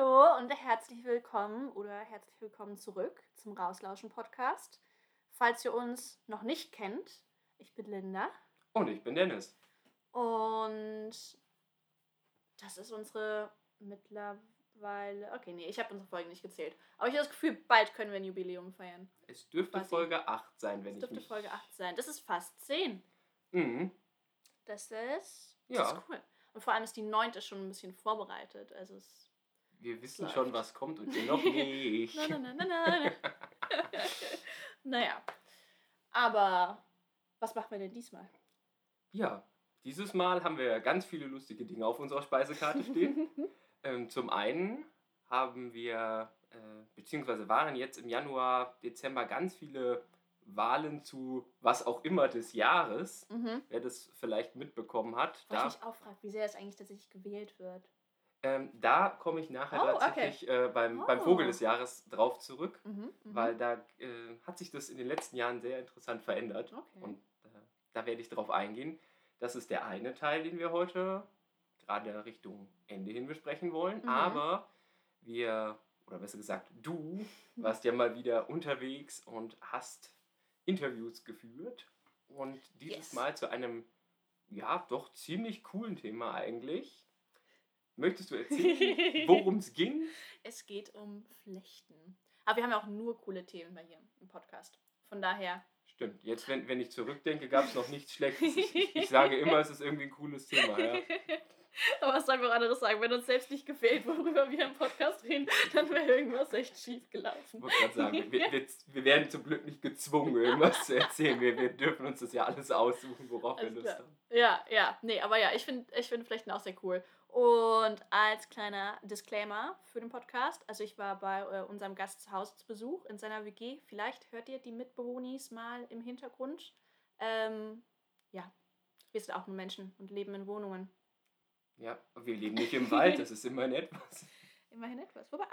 Hallo und herzlich willkommen oder herzlich willkommen zurück zum Rauslauschen-Podcast. Falls ihr uns noch nicht kennt, ich bin Linda. Und ich bin Dennis. Und das ist unsere mittlerweile... Okay, nee, ich habe unsere Folgen nicht gezählt. Aber ich habe das Gefühl, bald können wir ein Jubiläum feiern. Es dürfte Folge 8 sein, wenn ich mich... Es dürfte Folge 8 sein. Das ist fast 10. Mhm. Das ist cool. Und vor allem ist die 9. schon ein bisschen vorbereitet. Also wir wissen schon, was kommt und ihr noch nicht. Nein. Naja. Aber was machen wir denn diesmal? Ja, dieses Mal haben wir ganz viele lustige Dinge auf unserer Speisekarte stehen. Zum einen haben wir, beziehungsweise waren jetzt im Januar, Dezember ganz viele Wahlen zu was auch immer des Jahres. Wer das vielleicht mitbekommen hat. Was ich mich auch frage, wie sehr es eigentlich tatsächlich gewählt wird. Da komme ich nachher tatsächlich beim Vogel des Jahres drauf zurück, weil da hat sich das in den letzten Jahren sehr interessant verändert. Okay. Und da werde ich drauf eingehen. Das ist der eine Teil, den wir heute gerade Richtung Ende hin besprechen wollen. Aber oder besser gesagt, du warst ja mal wieder unterwegs und hast Interviews geführt. Und dieses Mal zu einem, ja, doch ziemlich coolen Thema eigentlich. Möchtest du erzählen, worum es ging? Es geht um Flechten. Aber wir haben ja auch nur coole Themen bei hier im Podcast. Von daher... Stimmt. Jetzt, wenn ich zurückdenke, gab es noch nichts Schlechtes. Ich sage immer, es ist irgendwie ein cooles Thema. Ja. Aber was sollen wir auch anderes sagen? Wenn uns selbst nicht gefällt, worüber wir im Podcast reden, dann wäre irgendwas echt schief gelaufen. Ich wollte gerade sagen, wir werden zum Glück nicht gezwungen, irgendwas zu erzählen. Wir dürfen uns das ja alles aussuchen, worauf wir Lust haben. Ja. Nee, aber ja, ich find Flechten auch sehr cool. Und als kleiner Disclaimer für den Podcast, also ich war bei unserem Gast zu Hause zu Besuch in seiner WG. Vielleicht hört ihr die Mitbewohnis mal im Hintergrund. Ja, wir sind auch nur Menschen und leben in Wohnungen. Ja, wir leben nicht im Wald, das ist immerhin etwas. Immerhin etwas. Wobei,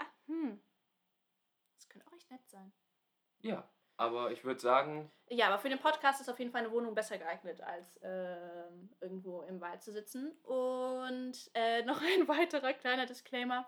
das könnte auch echt nett sein. Ja, aber ich würde sagen... Ja, aber für den Podcast ist auf jeden Fall eine Wohnung besser geeignet, als irgendwo im Wald zu sitzen. Und noch ein weiterer kleiner Disclaimer.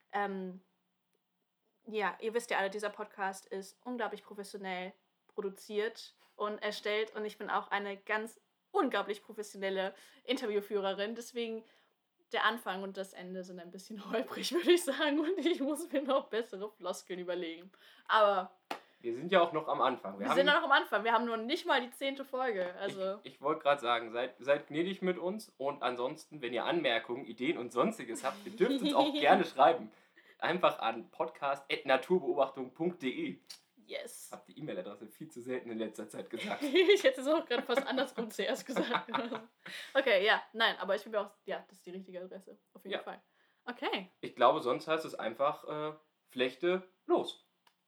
Ja, ihr wisst ja alle, dieser Podcast ist unglaublich professionell produziert und erstellt. Und ich bin auch eine ganz unglaublich professionelle Interviewführerin. Deswegen... Der Anfang und das Ende sind ein bisschen holprig, würde ich sagen. Und ich muss mir noch bessere Floskeln überlegen. Aber... Wir sind ja auch noch am Anfang. Wir sind noch am Anfang. Wir haben noch nicht mal die 10. Folge. Also ich wollte gerade sagen, seid gnädig mit uns. Und ansonsten, wenn ihr Anmerkungen, Ideen und Sonstiges habt, ihr dürft uns auch gerne schreiben. Einfach an podcast@naturbeobachtung.de. Yes. Ich habe die E-Mail-Adresse viel zu selten in letzter Zeit gesagt. Ich hätte es auch gerade fast andersrum zuerst gesagt. Okay, ja, nein, aber ich finde auch, ja, das ist die richtige Adresse. Auf jeden Fall. Okay. Ich glaube, sonst heißt es einfach Flechte los.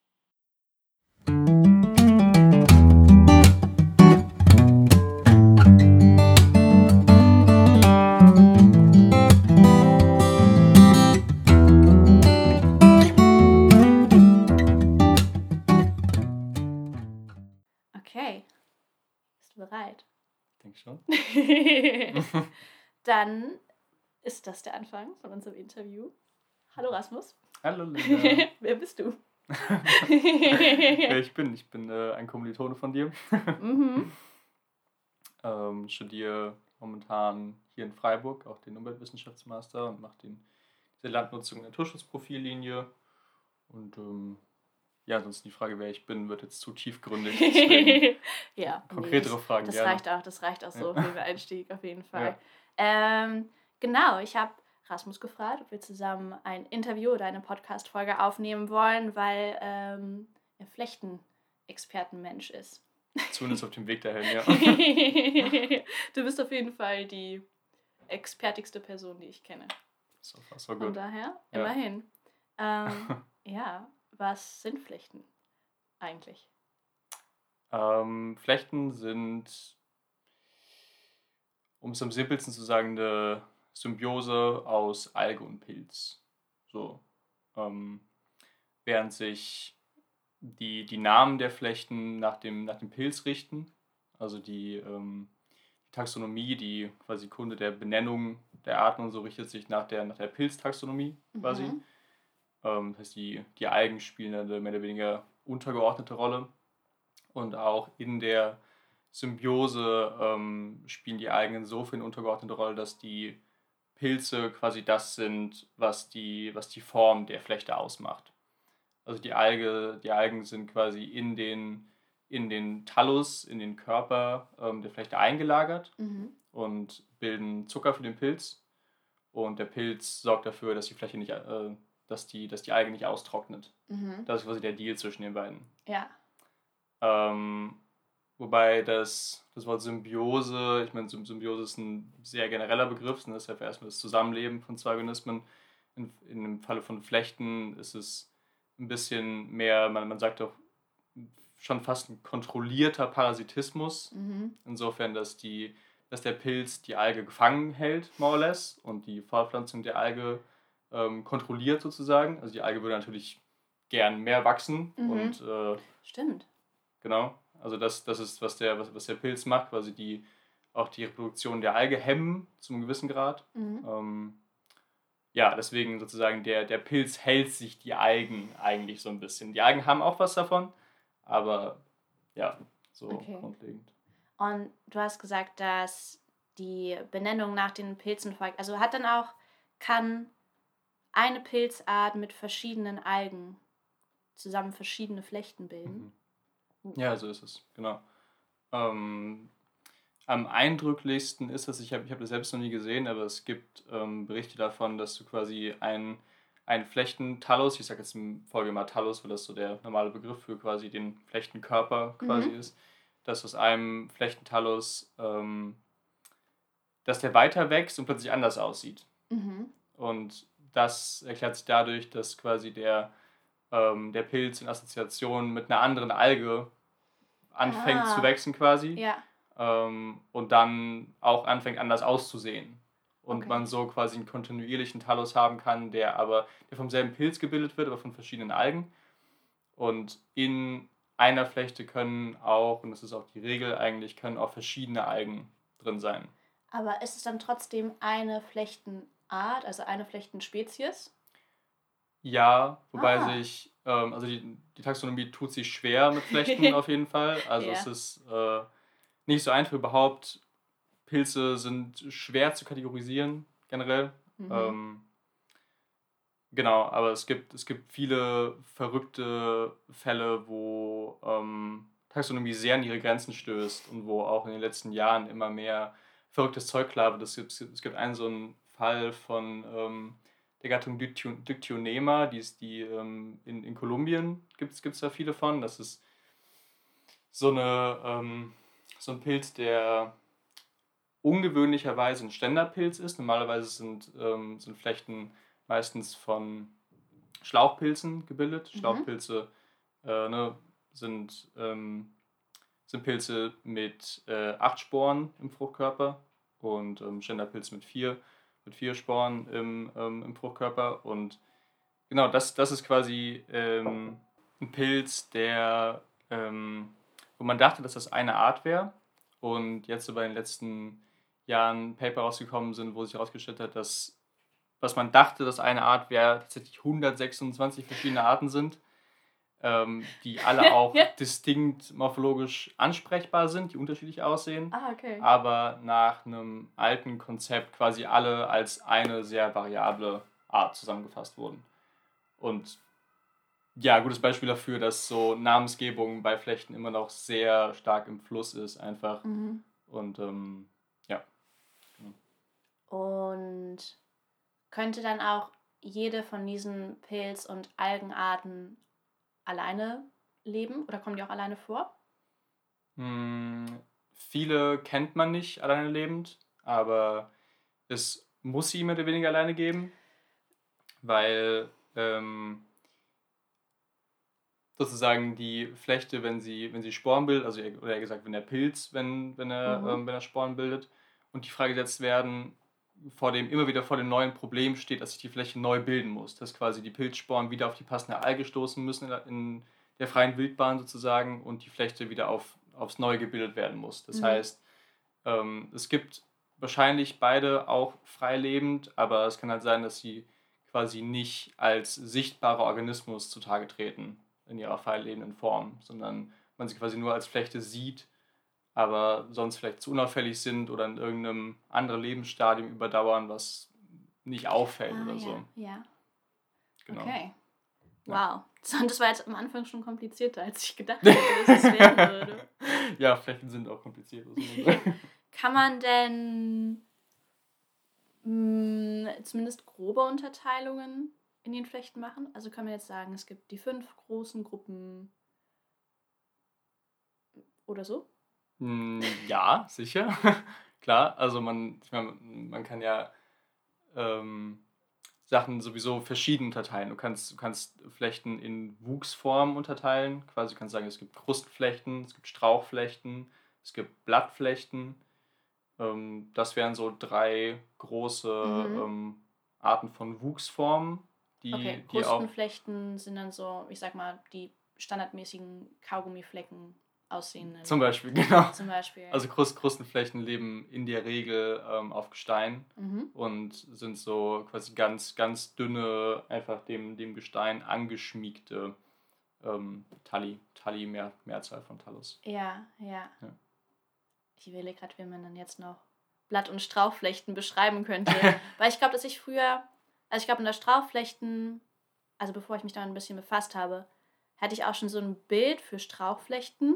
Okay. Bist du bereit? Ich denke schon. Dann ist das der Anfang von unserem Interview. Hallo Rasmus. Hallo Linda. Wer bist du? Wer ich bin? Ich bin ein Kommilitone von dir. Studiere momentan hier in Freiburg auch den Umweltwissenschaftsmaster und mache diese Landnutzung in der Naturschutzprofillinie. Und ansonsten die Frage, wer ich bin, wird jetzt zu tiefgründig. Ja, konkretere Fragen das gerne. reicht auch so für den Einstieg auf jeden Fall. Ja. Genau, ich habe Rasmus gefragt, ob wir zusammen ein Interview oder eine Podcast-Folge aufnehmen wollen, weil er Flechten-Expertenmensch ist. Zumindest auf dem Weg dahin, ja. Du bist auf jeden Fall die expertigste Person, die ich kenne. So gut. Von daher, immerhin. Ja, was sind Flechten eigentlich? Flechten sind, um es am simpelsten zu sagen, eine Symbiose aus Alge und Pilz. So. Während sich die Namen der Flechten nach dem Pilz richten, also die Taxonomie, die quasi Kunde der Benennung der Arten und so richtet sich nach der Pilztaxonomie quasi. Das heißt, die Algen spielen eine mehr oder weniger untergeordnete Rolle. Und auch in der Symbiose spielen die Algen insofern eine untergeordnete Rolle, dass die Pilze quasi das sind, was die Form der Flechte ausmacht. Also die Algen sind quasi in den Thallus, in den Körper der Flechte eingelagert und bilden Zucker für den Pilz. Und der Pilz sorgt dafür, dass die Fläche nicht, dass die Alge nicht austrocknet. Das ist quasi der Deal zwischen den beiden. Ja. Wobei das Wort Symbiose, ich meine, Symbiose ist ein sehr genereller Begriff, das ist ja erstmal das Zusammenleben von zwei Organismen. In dem Falle von Flechten ist es ein bisschen mehr, man sagt doch schon fast ein kontrollierter Parasitismus. Insofern, dass der Pilz die Alge gefangen hält, more or less, und die Fortpflanzung der Alge kontrolliert sozusagen. Also die Alge würde natürlich gern mehr wachsen. Und stimmt. Genau, also das ist, was der Pilz macht, quasi auch die Reproduktion der Alge hemmen zu einem gewissen Grad. Ja, deswegen sozusagen der Pilz hält sich die Algen eigentlich so ein bisschen. Die Algen haben auch was davon, aber ja, so grundlegend. Und du hast gesagt, dass die Benennung nach den Pilzen folgt. Also kann eine Pilzart mit verschiedenen Algen zusammen verschiedene Flechten bilden? Ja, so ist es, genau. Am eindrücklichsten ist es, ich hab das selbst noch nie gesehen, aber es gibt Berichte davon, dass du quasi einen Flechtenthallus, ich sage jetzt im Folge mal Thallus, weil das so der normale Begriff für quasi den Flechtenkörper quasi ist, dass aus einem Flechtenthallus, dass der weiter wächst und plötzlich anders aussieht. Und das erklärt sich dadurch, dass quasi der Pilz in Assoziation mit einer anderen Alge anfängt zu wachsen quasi. Ja. Und dann auch anfängt anders auszusehen. Und man so quasi einen kontinuierlichen Thallus haben kann, der vom selben Pilz gebildet wird, aber von verschiedenen Algen. Und in einer Flechte können auch, und das ist auch die Regel eigentlich, können auch verschiedene Algen drin sein. Aber ist es dann trotzdem eine Flechtenart, also eine Flechtenspezies? Ja, wobei also die Taxonomie tut sich schwer mit Flechten auf jeden Fall. Also es ist nicht so einfach überhaupt. Pilze sind schwer zu kategorisieren, generell. Genau, aber es gibt viele verrückte Fälle, wo Taxonomie sehr an ihre Grenzen stößt und wo auch in den letzten Jahren immer mehr verrücktes Zeug klar wird. Es gibt einen so einen Fall von der Gattung Dictyonema, in Kolumbien gibt es da viele von. Das ist so ein Pilz, der ungewöhnlicherweise ein Ständerpilz ist. Normalerweise sind Flechten meistens von Schlauchpilzen gebildet. Schlauchpilze sind Pilze mit 8 Sporen im Fruchtkörper und Ständerpilz mit 4 Sporen im Fruchtkörper. Und genau, das ist quasi ein Pilz, wo man dachte, dass das eine Art wäre. Und jetzt so bei den letzten Jahren Paper rausgekommen sind, wo sich herausgestellt hat, dass was man dachte, dass eine Art wäre, tatsächlich 126 verschiedene Arten sind, die alle auch distinkt morphologisch ansprechbar sind, die unterschiedlich aussehen, aber nach einem alten Konzept quasi alle als eine sehr variable Art zusammengefasst wurden. Und ja, gutes Beispiel dafür, dass so Namensgebung bei Flechten immer noch sehr stark im Fluss ist, einfach. Und ja. Und könnte dann auch jede von diesen Pilz- und Algenarten alleine leben oder kommen die auch alleine vor? Viele kennt man nicht alleine lebend, aber es muss sie mehr oder weniger alleine geben, weil sozusagen die Flechte, wenn sie Sporen bildet, also oder eher gesagt, wenn der Pilz, wenn er Sporen bildet und die freigesetzt werden, immer wieder vor dem neuen Problem steht, dass sich die Fläche neu bilden muss, dass quasi die Pilzsporen wieder auf die passende Alge stoßen müssen in der freien Wildbahn sozusagen und die Flechte wieder aufs Neue gebildet werden muss. Das heißt, es gibt wahrscheinlich beide auch freilebend, aber es kann halt sein, dass sie quasi nicht als sichtbarer Organismus zutage treten in ihrer frei lebenden Form, sondern man sie quasi nur als Flechte sieht, aber sonst vielleicht zu unauffällig sind oder in irgendeinem anderen Lebensstadium überdauern, was nicht auffällt oder so. Ja. Genau. Okay. Ja. Wow. Und das war jetzt am Anfang schon komplizierter, als ich gedacht hätte, dass es werden würde. Ja, Flechten sind auch kompliziert. Kann man denn zumindest grobe Unterteilungen in den Flechten machen? Also kann man jetzt sagen, es gibt die 5 großen Gruppen oder so? Ja, sicher. Klar, also man kann ja Sachen sowieso verschieden unterteilen. Du kannst Flechten in Wuchsformen unterteilen. Quasi du kannst sagen, es gibt Krustflechten, es gibt Strauchflechten, es gibt Blattflechten. Das wären so 3 große Arten von Wuchsformen, Okay, die auch Krustenflechten sind dann so, ich sag mal, die standardmäßigen Kaugummiflecken aussehenden. zum Beispiel, genau. Zum Beispiel. Also Krustenflechten leben in der Regel auf Gestein und sind so quasi ganz, ganz dünne, einfach dem Gestein angeschmiegte Talli, Mehrzahl von Talus. Ja. Ich überlege gerade, wie man dann jetzt noch Blatt- und Strauchflechten beschreiben könnte. Weil ich glaube, dass ich früher, also ich glaube in der Strauchflechten, also bevor ich mich damit ein bisschen befasst habe, hatte ich auch schon so ein Bild für Strauchflechten.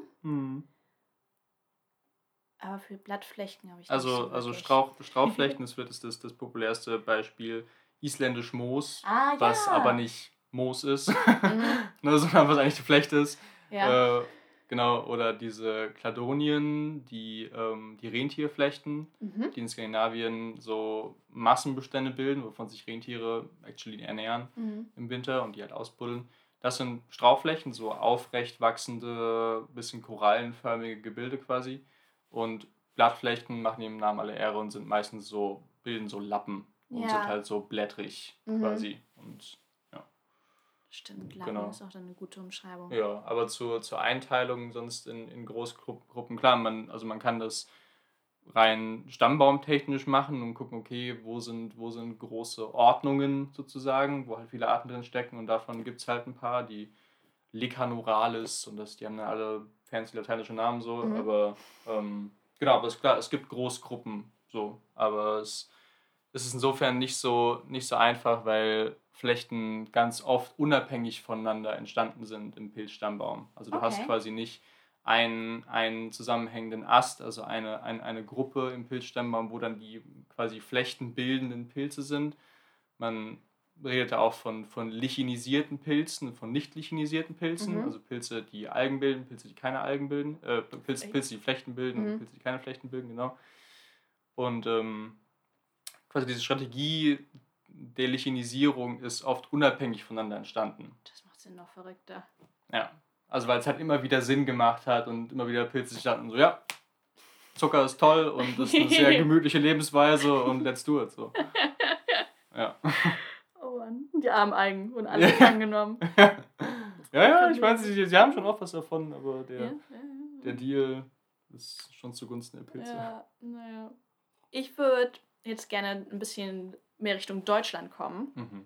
Aber für Blattflechten habe ich nicht so Also wirklich. Strauchflechten ist vielleicht das populärste Beispiel isländisch Moos, Ah, was ja. aber nicht Moos ist, ne, sondern was eigentlich die Flechte ist. Ja. Genau, oder diese Kladonien, die Rentierflechten, die in Skandinavien so Massenbestände bilden, wovon sich Rentiere actually ernähren im Winter und die halt ausbuddeln. Das sind Strauchflechten, so aufrecht wachsende, bisschen korallenförmige Gebilde quasi. Und Blattflechten machen dem Namen alle Ehre und sind meistens so, bilden so Lappen und sind halt so blättrig quasi. Und Stimmt, Lappen genau. ist auch dann eine gute Umschreibung. Ja, aber zur Einteilung sonst in Großgruppen, klar, man kann das rein stammbaumtechnisch machen und gucken, okay, wo sind große Ordnungen sozusagen, wo halt viele Arten drin stecken und davon gibt es halt ein paar, die Licanoralis und die haben dann alle fancy lateinische Namen so, aber genau, aber ist klar, es gibt Großgruppen so, aber es ist insofern nicht so einfach, weil Flechten ganz oft unabhängig voneinander entstanden sind im Pilzstammbaum. Also du hast quasi nicht einen zusammenhängenden Ast, also eine Gruppe im Pilzstammbaum, wo dann die quasi flechtenbildenden Pilze sind. Man redet auch von lichinisierten Pilzen, von nicht lichinisierten Pilzen, also Pilze, die Algen bilden, Pilze, die keine Algen bilden, Pilze, die Flechten bilden und Pilze, die keine Flechten bilden, genau. Und quasi diese Strategie der Lichinisierung ist oft unabhängig voneinander entstanden. Das macht es noch verrückter. Ja, also weil es halt immer wieder Sinn gemacht hat und immer wieder Pilze standen so, ja, Zucker ist toll und das ist eine sehr gemütliche Lebensweise und let's do it, so. Ja. Oh Mann, die armen Algen und alles angenommen. Ja, ich meine, sie haben schon oft was davon, aber der Deal ist schon zugunsten der Pilze. Ja, naja. Ich würde jetzt gerne ein bisschen mehr Richtung Deutschland kommen.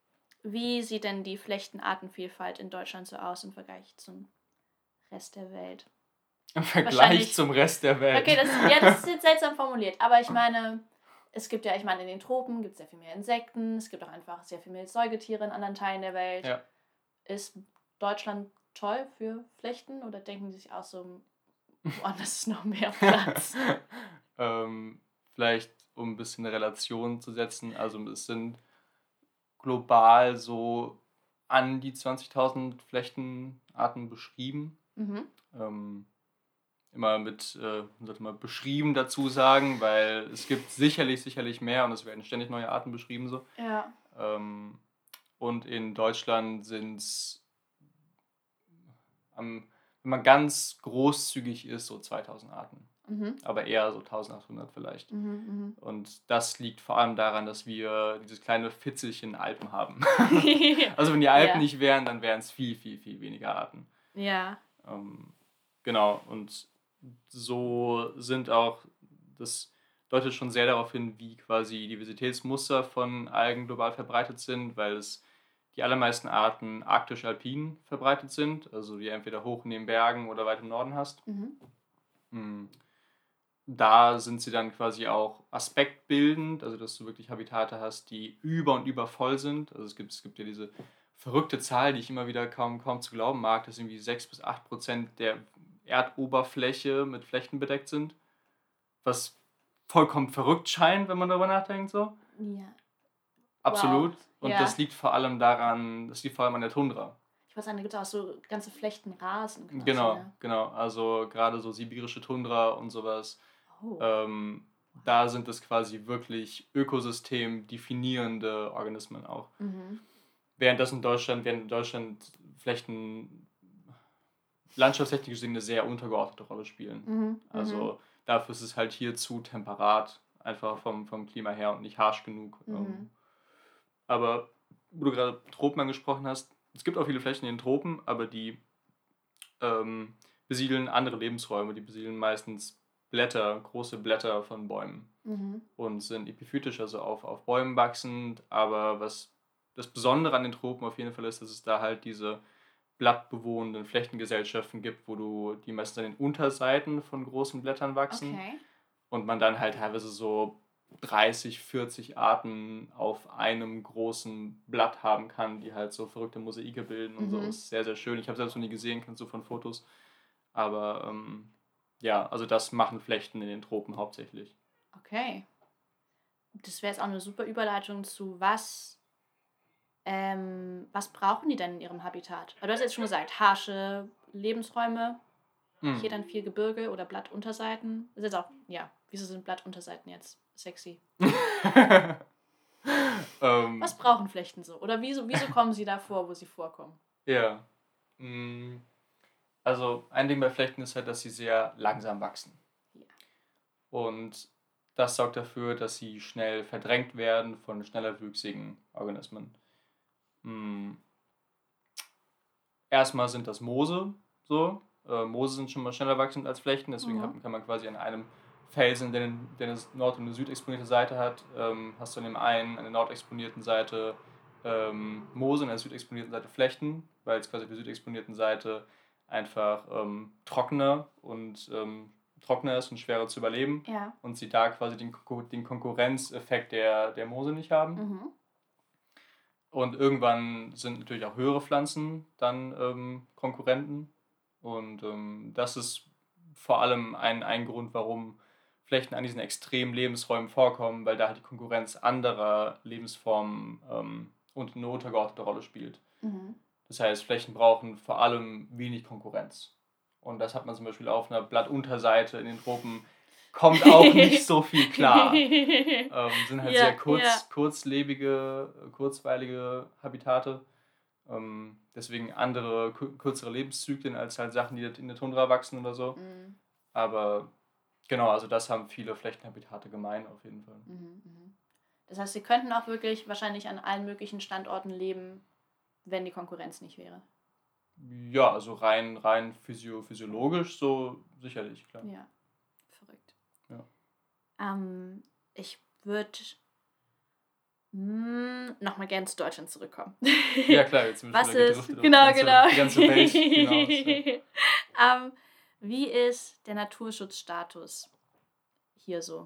Wie sieht denn die Flechtenartenvielfalt in Deutschland so aus im Vergleich zum Rest der Welt? Im Vergleich zum Rest der Welt. Okay, das ist jetzt seltsam formuliert, aber ich meine, es gibt ja, in den Tropen gibt es sehr viel mehr Insekten, es gibt auch einfach sehr viel mehr Säugetiere in anderen Teilen der Welt. Ja. Ist Deutschland toll für Flechten oder denken sie sich auch so, woanders ist noch mehr Platz? Vielleicht, um ein bisschen eine Relation zu setzen, also es sind global so an die 20.000 Flechtenarten beschrieben. Immer mit, sollte man beschrieben dazu sagen, weil es gibt sicherlich mehr und es werden ständig neue Arten beschrieben so. Ja. Und in Deutschland sind es, wenn man ganz großzügig ist, so 2000 Arten. Aber eher so 1800 vielleicht. Und das liegt vor allem daran, dass wir dieses kleine Fitzelchen Alpen haben. Also wenn die Alpen nicht wären, dann wären es viel weniger Arten. Ja. Genau, und so sind auch deutet schon sehr darauf hin, wie quasi Diversitätsmuster von Algen global verbreitet sind, weil die allermeisten Arten arktisch-alpin verbreitet sind, also die entweder hoch in den Bergen oder weit im Norden hast. Da sind sie dann quasi auch aspektbildend, also dass du wirklich Habitate hast, die über und über voll sind. Also es gibt ja diese verrückte Zahl, die ich immer wieder kaum zu glauben mag, dass irgendwie 6-8% der Erdoberfläche mit Flechten bedeckt sind, was vollkommen verrückt scheint, wenn man darüber nachdenkt. So. Ja. Absolut. Wow. Und Ja. das liegt vor allem an der Tundra. Ich weiß nicht, da gibt es auch so ganze Flechtenrasen. Quasi, Genau, ne? genau. Also gerade so sibirische Tundra und sowas. Oh. Da sind es quasi wirklich ökosystemdefinierende Organismen auch. Während in Deutschland Flechten landschaftstechnisch gesehen eine sehr untergeordnete Rolle spielen. Also dafür ist es halt hier zu temperat, einfach vom Klima her und nicht harsch genug. Aber wo du gerade Tropen angesprochen hast, es gibt auch viele Flächen in den Tropen, aber die besiedeln andere Lebensräume. Die besiedeln meistens große Blätter von Bäumen und sind epiphytisch, also auf Bäumen wachsend. Aber was das Besondere an den Tropen auf jeden Fall ist, dass es da halt diese blattbewohnenden Flechtengesellschaften gibt, wo die meistens an den Unterseiten von großen Blättern wachsen. Okay. Und man dann halt teilweise so 30, 40 Arten auf einem großen Blatt haben kann, die halt so verrückte Mosaike bilden und so. Das ist sehr, sehr schön. Ich habe selbst noch nie gesehen, kennst du von Fotos. Aber ja, also das machen Flechten in den Tropen hauptsächlich. Okay. Das wäre jetzt auch eine super Überleitung zu was brauchen die denn in ihrem Habitat? Du hast jetzt schon gesagt, harsche Lebensräume, hier dann viel Gebirge oder Blattunterseiten. Das ist jetzt auch, ja, wieso sind Blattunterseiten jetzt sexy? Was brauchen Flechten so? Oder wieso kommen sie da vor, wo sie vorkommen? Ja. Also ein Ding bei Flechten ist halt, dass sie sehr langsam wachsen. Ja. Und das sorgt dafür, dass sie schnell verdrängt werden von schneller wüchsigen Organismen. Erstmal sind das Moose so. Moose sind schon mal schneller wachsend als Flechten, deswegen kann man quasi an einem Felsen, der eine nord- und eine südexponierte Seite hat, hast du an dem einen, an der nordexponierten Seite Moose, an der südexponierten Seite Flechten, weil es quasi auf der südexponierten Seite einfach trockener ist und schwerer zu überleben. Ja. Und sie da quasi den Konkurrenzeffekt der Moose nicht haben. Und irgendwann sind natürlich auch höhere Pflanzen dann Konkurrenten. Und das ist vor allem ein Grund, warum Flechten an diesen extremen Lebensräumen vorkommen, weil da halt die Konkurrenz anderer Lebensformen und eine untergeordnete Rolle spielt. Das heißt, Flechten brauchen vor allem wenig Konkurrenz. Und das hat man zum Beispiel auf einer Blattunterseite in den Tropen, kommt auch nicht so viel klar. Sind halt sehr kurzweilige Habitate. Deswegen andere, kürzere Lebenszyklen als halt Sachen, die in der Tundra wachsen oder so. Aber genau, also das haben viele Flechtenhabitate gemein auf jeden Fall. Das heißt, sie könnten auch wirklich wahrscheinlich an allen möglichen Standorten leben, wenn die Konkurrenz nicht wäre. Ja, also rein physiologisch so sicherlich, klar. Ja, verrückt. Ja. Ich würde nochmal gerne zu Deutschland zurückkommen. Ja, klar, jetzt sind wir Was wieder ist, gedriftet genau, auf die ganze Welt hinaus. Ja. Wie ist der Naturschutzstatus hier so?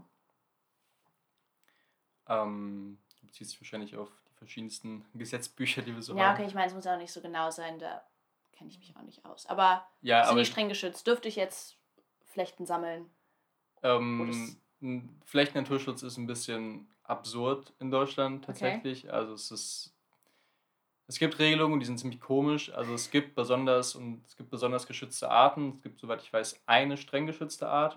Du beziehst dich wahrscheinlich auf die verschiedensten Gesetzbücher, die wir so haben. Ja, okay, ich meine, es muss auch nicht so genau sein, da kenne ich mich auch nicht aus. Aber ja, sind die streng geschützt? Dürfte ich jetzt Flechten sammeln? Flechten-Naturschutz ist ein bisschen absurd in Deutschland tatsächlich. Okay. Also es gibt Regelungen, die sind ziemlich komisch. Also es gibt besonders geschützte Arten. Es gibt, soweit ich weiß, eine streng geschützte Art.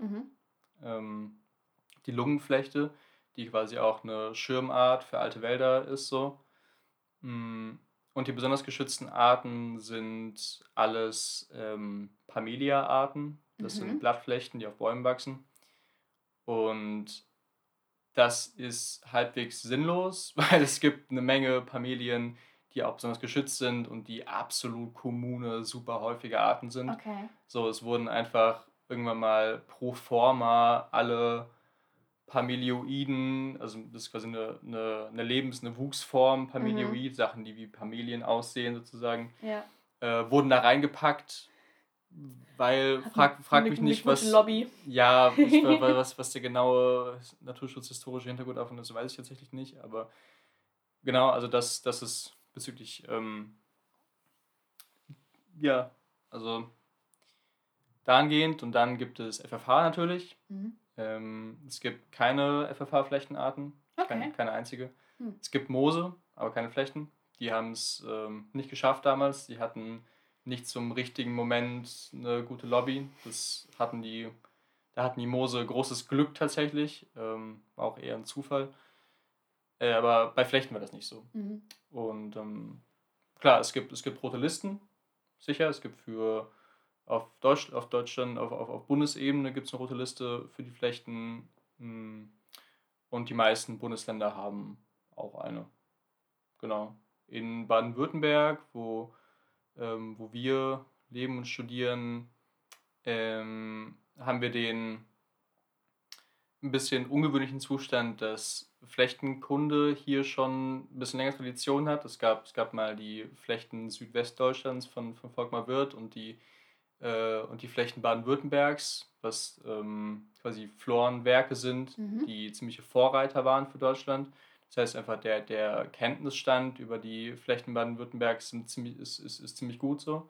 Die Lungenflechte, die quasi auch eine Schirmart für alte Wälder ist so. Und die besonders geschützten Arten sind alles Pamelia-Arten. Das sind Blattflechten, die auf Bäumen wachsen. Und das ist halbwegs sinnlos, weil es gibt eine Menge Pamelien, die auch besonders geschützt sind und die absolut kommune, super häufige Arten sind. Okay. So, es wurden einfach irgendwann mal pro forma alle Pamelioiden, also das ist quasi eine Wuchsform, Pamelioid, Sachen, die wie Pamelien aussehen sozusagen, Ja. wurden da reingepackt, weil, frag mich nicht, was, Lobby. ja, was der genaue naturschutzhistorische Hintergrund davon ist, weiß ich tatsächlich nicht, aber genau, also das ist bezüglich, ja, also dahingehend, und dann gibt es FFH natürlich. Es gibt keine FFH-Flechtenarten, Okay. keine einzige. Es gibt Moose, aber keine Flechten. Die haben es nicht geschafft damals. Die hatten nicht zum richtigen Moment eine gute Lobby. Da hatten die Moose großes Glück tatsächlich. War auch eher ein Zufall. Aber bei Flechten war das nicht so. Und klar, es gibt rote Listen, sicher. Es gibt auf Deutschland, auf Bundesebene gibt es eine rote Liste für die Flechten. Und die meisten Bundesländer haben auch eine. Genau. In Baden-Württemberg, wo wir leben und studieren, haben wir den ein bisschen ungewöhnlichen Zustand, dass Flechtenkunde hier schon ein bisschen länger Tradition hat. Es gab mal die Flechten Südwestdeutschlands von Volkmar Wirth und die Flechten Baden-Württembergs, was quasi Florenwerke sind, die ziemliche Vorreiter waren für Deutschland. Das heißt einfach, der Kenntnisstand über die Flechten Baden-Württembergs ist ziemlich gut so.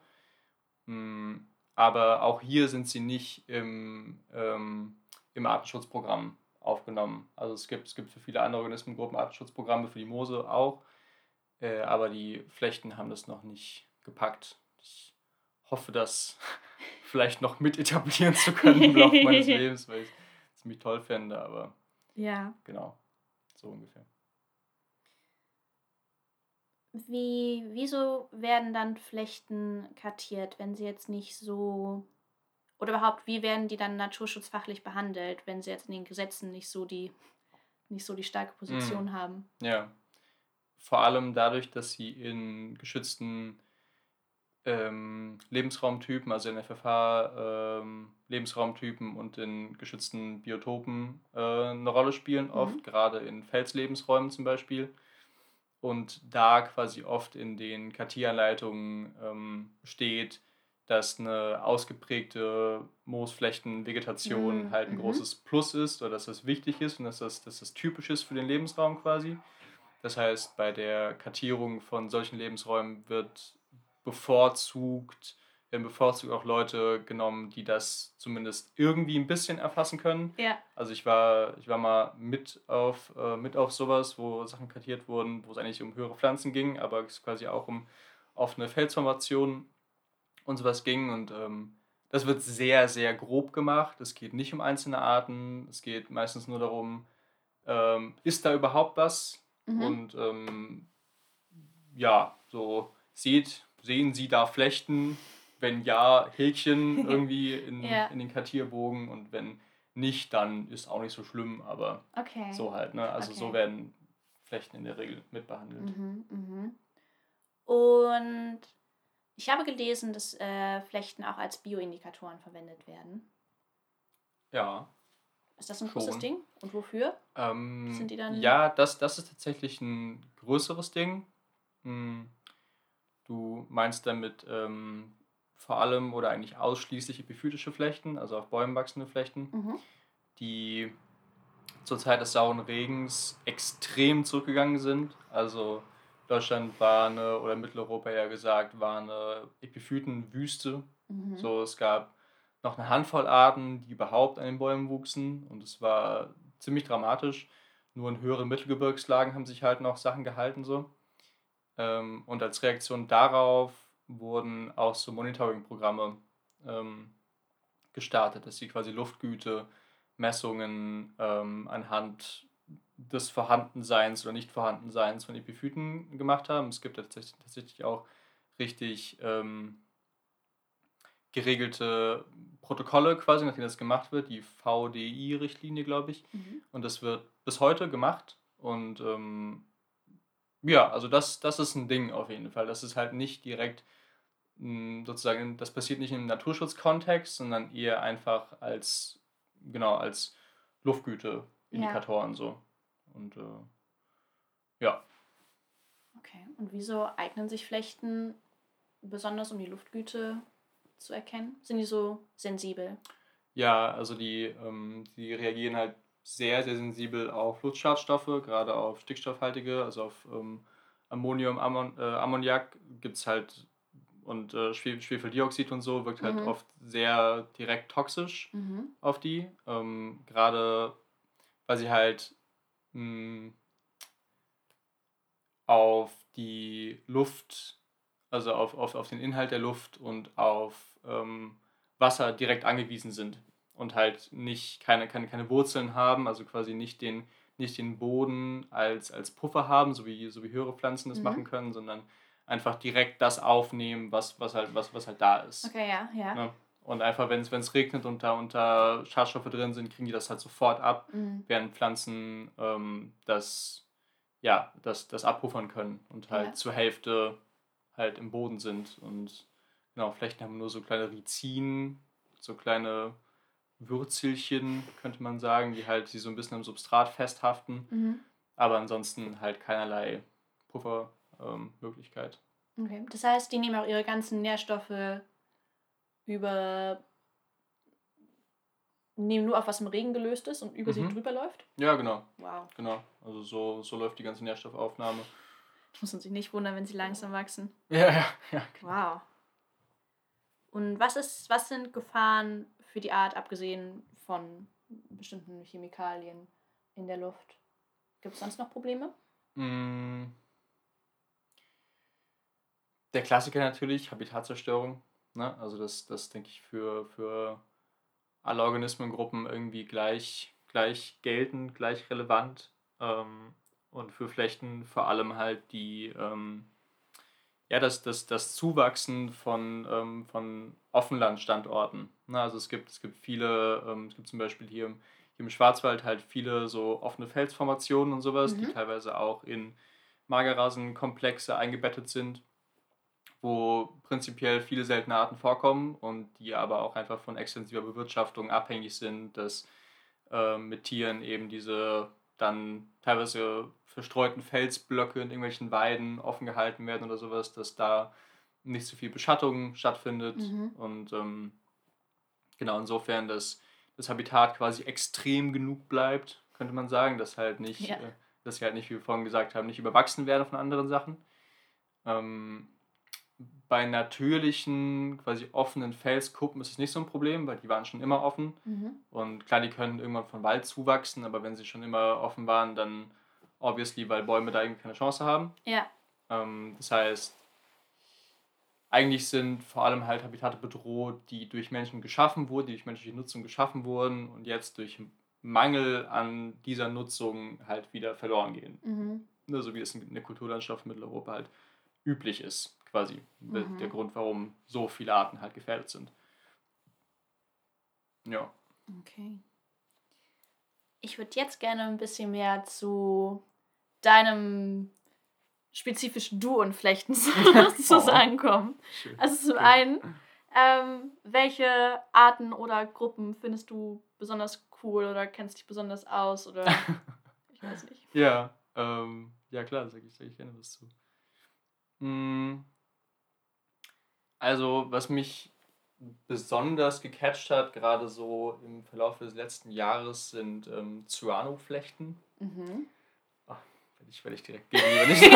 Aber auch hier sind sie nicht im Artenschutzprogramm aufgenommen. Also es gibt für viele andere Organismengruppen Artenschutzprogramme, für die Moose auch, aber die Flechten haben das noch nicht gepackt. Ich hoffe, das vielleicht noch mit etablieren zu können im Laufe meines Lebens, weil ich es ziemlich toll fände, aber ja. Genau, so ungefähr. Wieso werden dann Flechten kartiert, wenn sie jetzt nicht so, oder überhaupt, wie werden die dann naturschutzfachlich behandelt, wenn sie jetzt in den Gesetzen nicht so die starke Position haben? Ja, vor allem dadurch, dass sie in geschützten Lebensraumtypen, also in FFH-Lebensraumtypen und in geschützten Biotopen eine Rolle spielen, oft, gerade in Felslebensräumen zum Beispiel. Und da quasi oft in den Kartieranleitungen steht, dass eine ausgeprägte Moosflechtenvegetation halt ein großes Plus ist oder dass das wichtig ist und dass das typisch ist für den Lebensraum quasi. Das heißt, bei der Kartierung von solchen Lebensräumen werden bevorzugt auch Leute genommen, die das zumindest irgendwie ein bisschen erfassen können. Ja. Also ich war mal mit auf sowas, wo Sachen kartiert wurden, wo es eigentlich um höhere Pflanzen ging, aber es quasi auch um offene Felsformationen und sowas ging. Und das wird sehr, sehr grob gemacht. Es geht nicht um einzelne Arten. Es geht meistens nur darum, ist da überhaupt was? Und ja, so sehen Sie da Flechten? Wenn ja, Häkchen irgendwie in den Kartierbogen, und wenn nicht, dann ist auch nicht so schlimm, aber so halt, ne? Also so werden Flechten in der Regel mitbehandelt. Und ich habe gelesen, dass Flechten auch als Bioindikatoren verwendet werden. Ja. Ist das ein großes Ding? Und wofür sind die dann? Ja, das ist tatsächlich ein größeres Ding. Du meinst damit vor allem oder eigentlich ausschließlich epiphytische Flechten, also auf Bäumen wachsende Flechten, die zur Zeit des sauren Regens extrem zurückgegangen sind. Also Deutschland war oder Mitteleuropa eher gesagt, war eine Epiphytenwüste. So, es gab noch eine Handvoll Arten, die überhaupt an den Bäumen wuchsen, und es war ziemlich dramatisch. Nur in höheren Mittelgebirgslagen haben sich halt noch Sachen gehalten so. Und als Reaktion darauf wurden auch so Monitoring-Programme gestartet, dass sie quasi Luftgüte-Messungen anhand des Vorhandenseins oder Nicht-Vorhandenseins von Epiphyten gemacht haben. Es gibt tatsächlich auch richtig geregelte Protokolle quasi, nach denen das gemacht wird, die VDI-Richtlinie, glaube ich. Und das wird bis heute gemacht. Und ja, also das ist ein Ding auf jeden Fall. Das ist halt nicht direkt sozusagen, das passiert nicht im Naturschutzkontext, sondern eher einfach als Luftgüte Indikatoren so. Und ja. Okay. Und wieso eignen sich Flechten besonders, um die Luftgüte zu erkennen? Sind die so sensibel? Ja, also die reagieren halt sehr, sehr sensibel auf Luftschadstoffe, gerade auf stickstoffhaltige, also auf Ammonium, Ammoniak gibt es halt und Schwefeldioxid und so wirkt halt oft sehr direkt toxisch auf die. Gerade weil sie halt auf die Luft, also auf den Inhalt der Luft und auf Wasser direkt angewiesen sind und halt nicht keine Wurzeln haben, also quasi nicht den Boden als Puffer haben, so wie höhere Pflanzen das machen können, sondern einfach direkt das aufnehmen, was halt da ist. Okay, ja. Ne? Und einfach, wenn es regnet und da unter Schadstoffe drin sind, kriegen die das halt sofort ab, während Pflanzen das abpuffern können und halt zur Hälfte halt im Boden sind. Und genau, Flechten haben nur so kleine Rhizinen, so kleine Würzelchen, könnte man sagen, die so ein bisschen am Substrat festhaften, aber ansonsten halt keinerlei Puffermöglichkeit. Okay, das heißt, die nehmen auch ihre ganzen Nährstoffe nehmen nur auf, was im Regen gelöst ist und über sie drüber läuft? Ja, genau. Wow. Genau, also so läuft die ganze Nährstoffaufnahme. Muss man sich nicht wundern, wenn sie langsam wachsen. Ja. Genau. Wow. Und was sind Gefahren für die Art, abgesehen von bestimmten Chemikalien in der Luft? Gibt es sonst noch Probleme? Der Klassiker natürlich, Habitatzerstörung. Ne? Also das denke ich für alle Organismengruppen irgendwie gleich geltend, gleich relevant. Und für Flechten vor allem halt das Zuwachsen von Offenlandstandorten. Ne? Also es gibt viele, es gibt zum Beispiel hier im Schwarzwald halt viele so offene Felsformationen und sowas, die teilweise auch in Magerrasenkomplexe eingebettet sind, wo prinzipiell viele seltene Arten vorkommen und die aber auch einfach von extensiver Bewirtschaftung abhängig sind, dass mit Tieren eben diese dann teilweise verstreuten Felsblöcke in irgendwelchen Weiden offen gehalten werden oder sowas, dass da nicht so viel Beschattung stattfindet und genau insofern, dass das Habitat quasi extrem genug bleibt, könnte man sagen, dass halt nicht, dass sie halt nicht, wie wir vorhin gesagt haben, nicht überwachsen werden von anderen Sachen. Bei natürlichen, quasi offenen Felskuppen ist es nicht so ein Problem, weil die waren schon immer offen. Und klar, die können irgendwann von Wald zuwachsen, aber wenn sie schon immer offen waren, dann obviously, weil Bäume da irgendwie keine Chance haben. Ja. Das heißt, eigentlich sind vor allem halt Habitate bedroht, die durch Menschen geschaffen wurden, die durch menschliche Nutzung geschaffen wurden und jetzt durch Mangel an dieser Nutzung halt wieder verloren gehen. So wie es in der Kulturlandschaft in Mitteleuropa halt üblich ist, quasi. Der Grund, warum so viele Arten halt gefährdet sind. Ja. Okay. Ich würde jetzt gerne ein bisschen mehr zu deinem spezifischen Du und Flechten zusammenkommen. Schön. Also zum einen, welche Arten oder Gruppen findest du besonders cool oder kennst dich besonders aus oder ich weiß nicht. Ja, klar, sag ich gerne was zu. Also, was mich besonders gecatcht hat, gerade so im Verlauf des letzten Jahres, sind Cyanoflechten. Werde ich direkt gegenüber nicht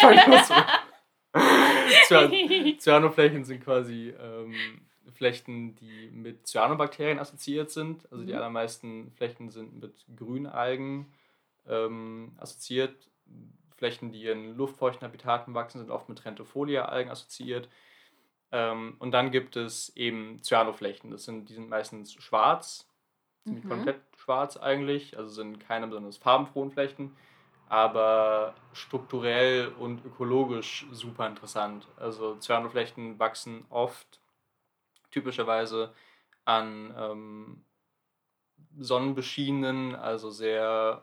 anfangen. Cyanoflechten sind quasi Flechten, die mit Cyanobakterien assoziiert sind. Also die allermeisten Flechten sind mit Grünalgen assoziiert. Flechten, die in luftfeuchten Habitaten wachsen, sind oft mit Rentifolia-Algen assoziiert. Und dann gibt es eben Cyanoflechten. Die sind meistens schwarz, ziemlich komplett schwarz eigentlich, also sind keine besonders farbenfrohen Flechten, aber strukturell und ökologisch super interessant. Also Cyanoflechten wachsen oft typischerweise an sonnenbeschienenen, also sehr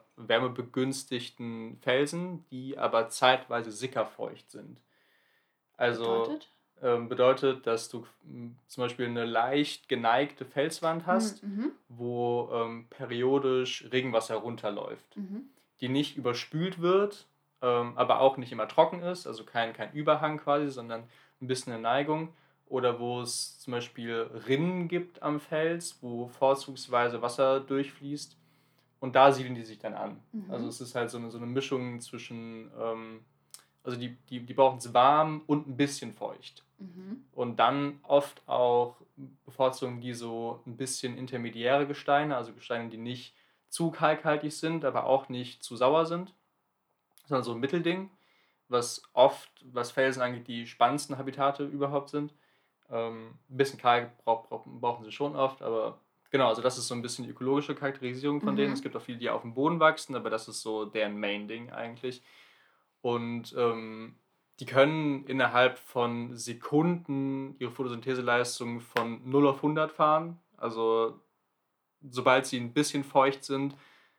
wärmebegünstigten Felsen, die aber zeitweise sickerfeucht sind. Also Bedeutet? bedeutet, dass du zum Beispiel eine leicht geneigte Felswand hast, wo periodisch Regenwasser runterläuft, die nicht überspült wird, aber auch nicht immer trocken ist, also kein Überhang quasi, sondern ein bisschen eine Neigung. Oder wo es zum Beispiel Rinnen gibt am Fels, wo vorzugsweise Wasser durchfließt. Und da siedeln die sich dann an. Also es ist halt so eine Mischung zwischen, also die brauchen es warm und ein bisschen feucht. Und dann oft auch bevorzugen die so ein bisschen intermediäre Gesteine, also Gesteine, die nicht zu kalkhaltig sind, aber auch nicht zu sauer sind, sondern so ein Mittelding, was Felsen angeht, die spannendsten Habitate überhaupt sind. Ein bisschen Kalk brauchen sie schon oft, aber genau, also das ist so ein bisschen die ökologische Charakterisierung von denen. Es gibt auch viele, die auf dem Boden wachsen, aber das ist so deren Main-Ding eigentlich. Und die können innerhalb von Sekunden ihre Photosyntheseleistung von 0 auf 100 fahren. Also sobald sie ein bisschen feucht sind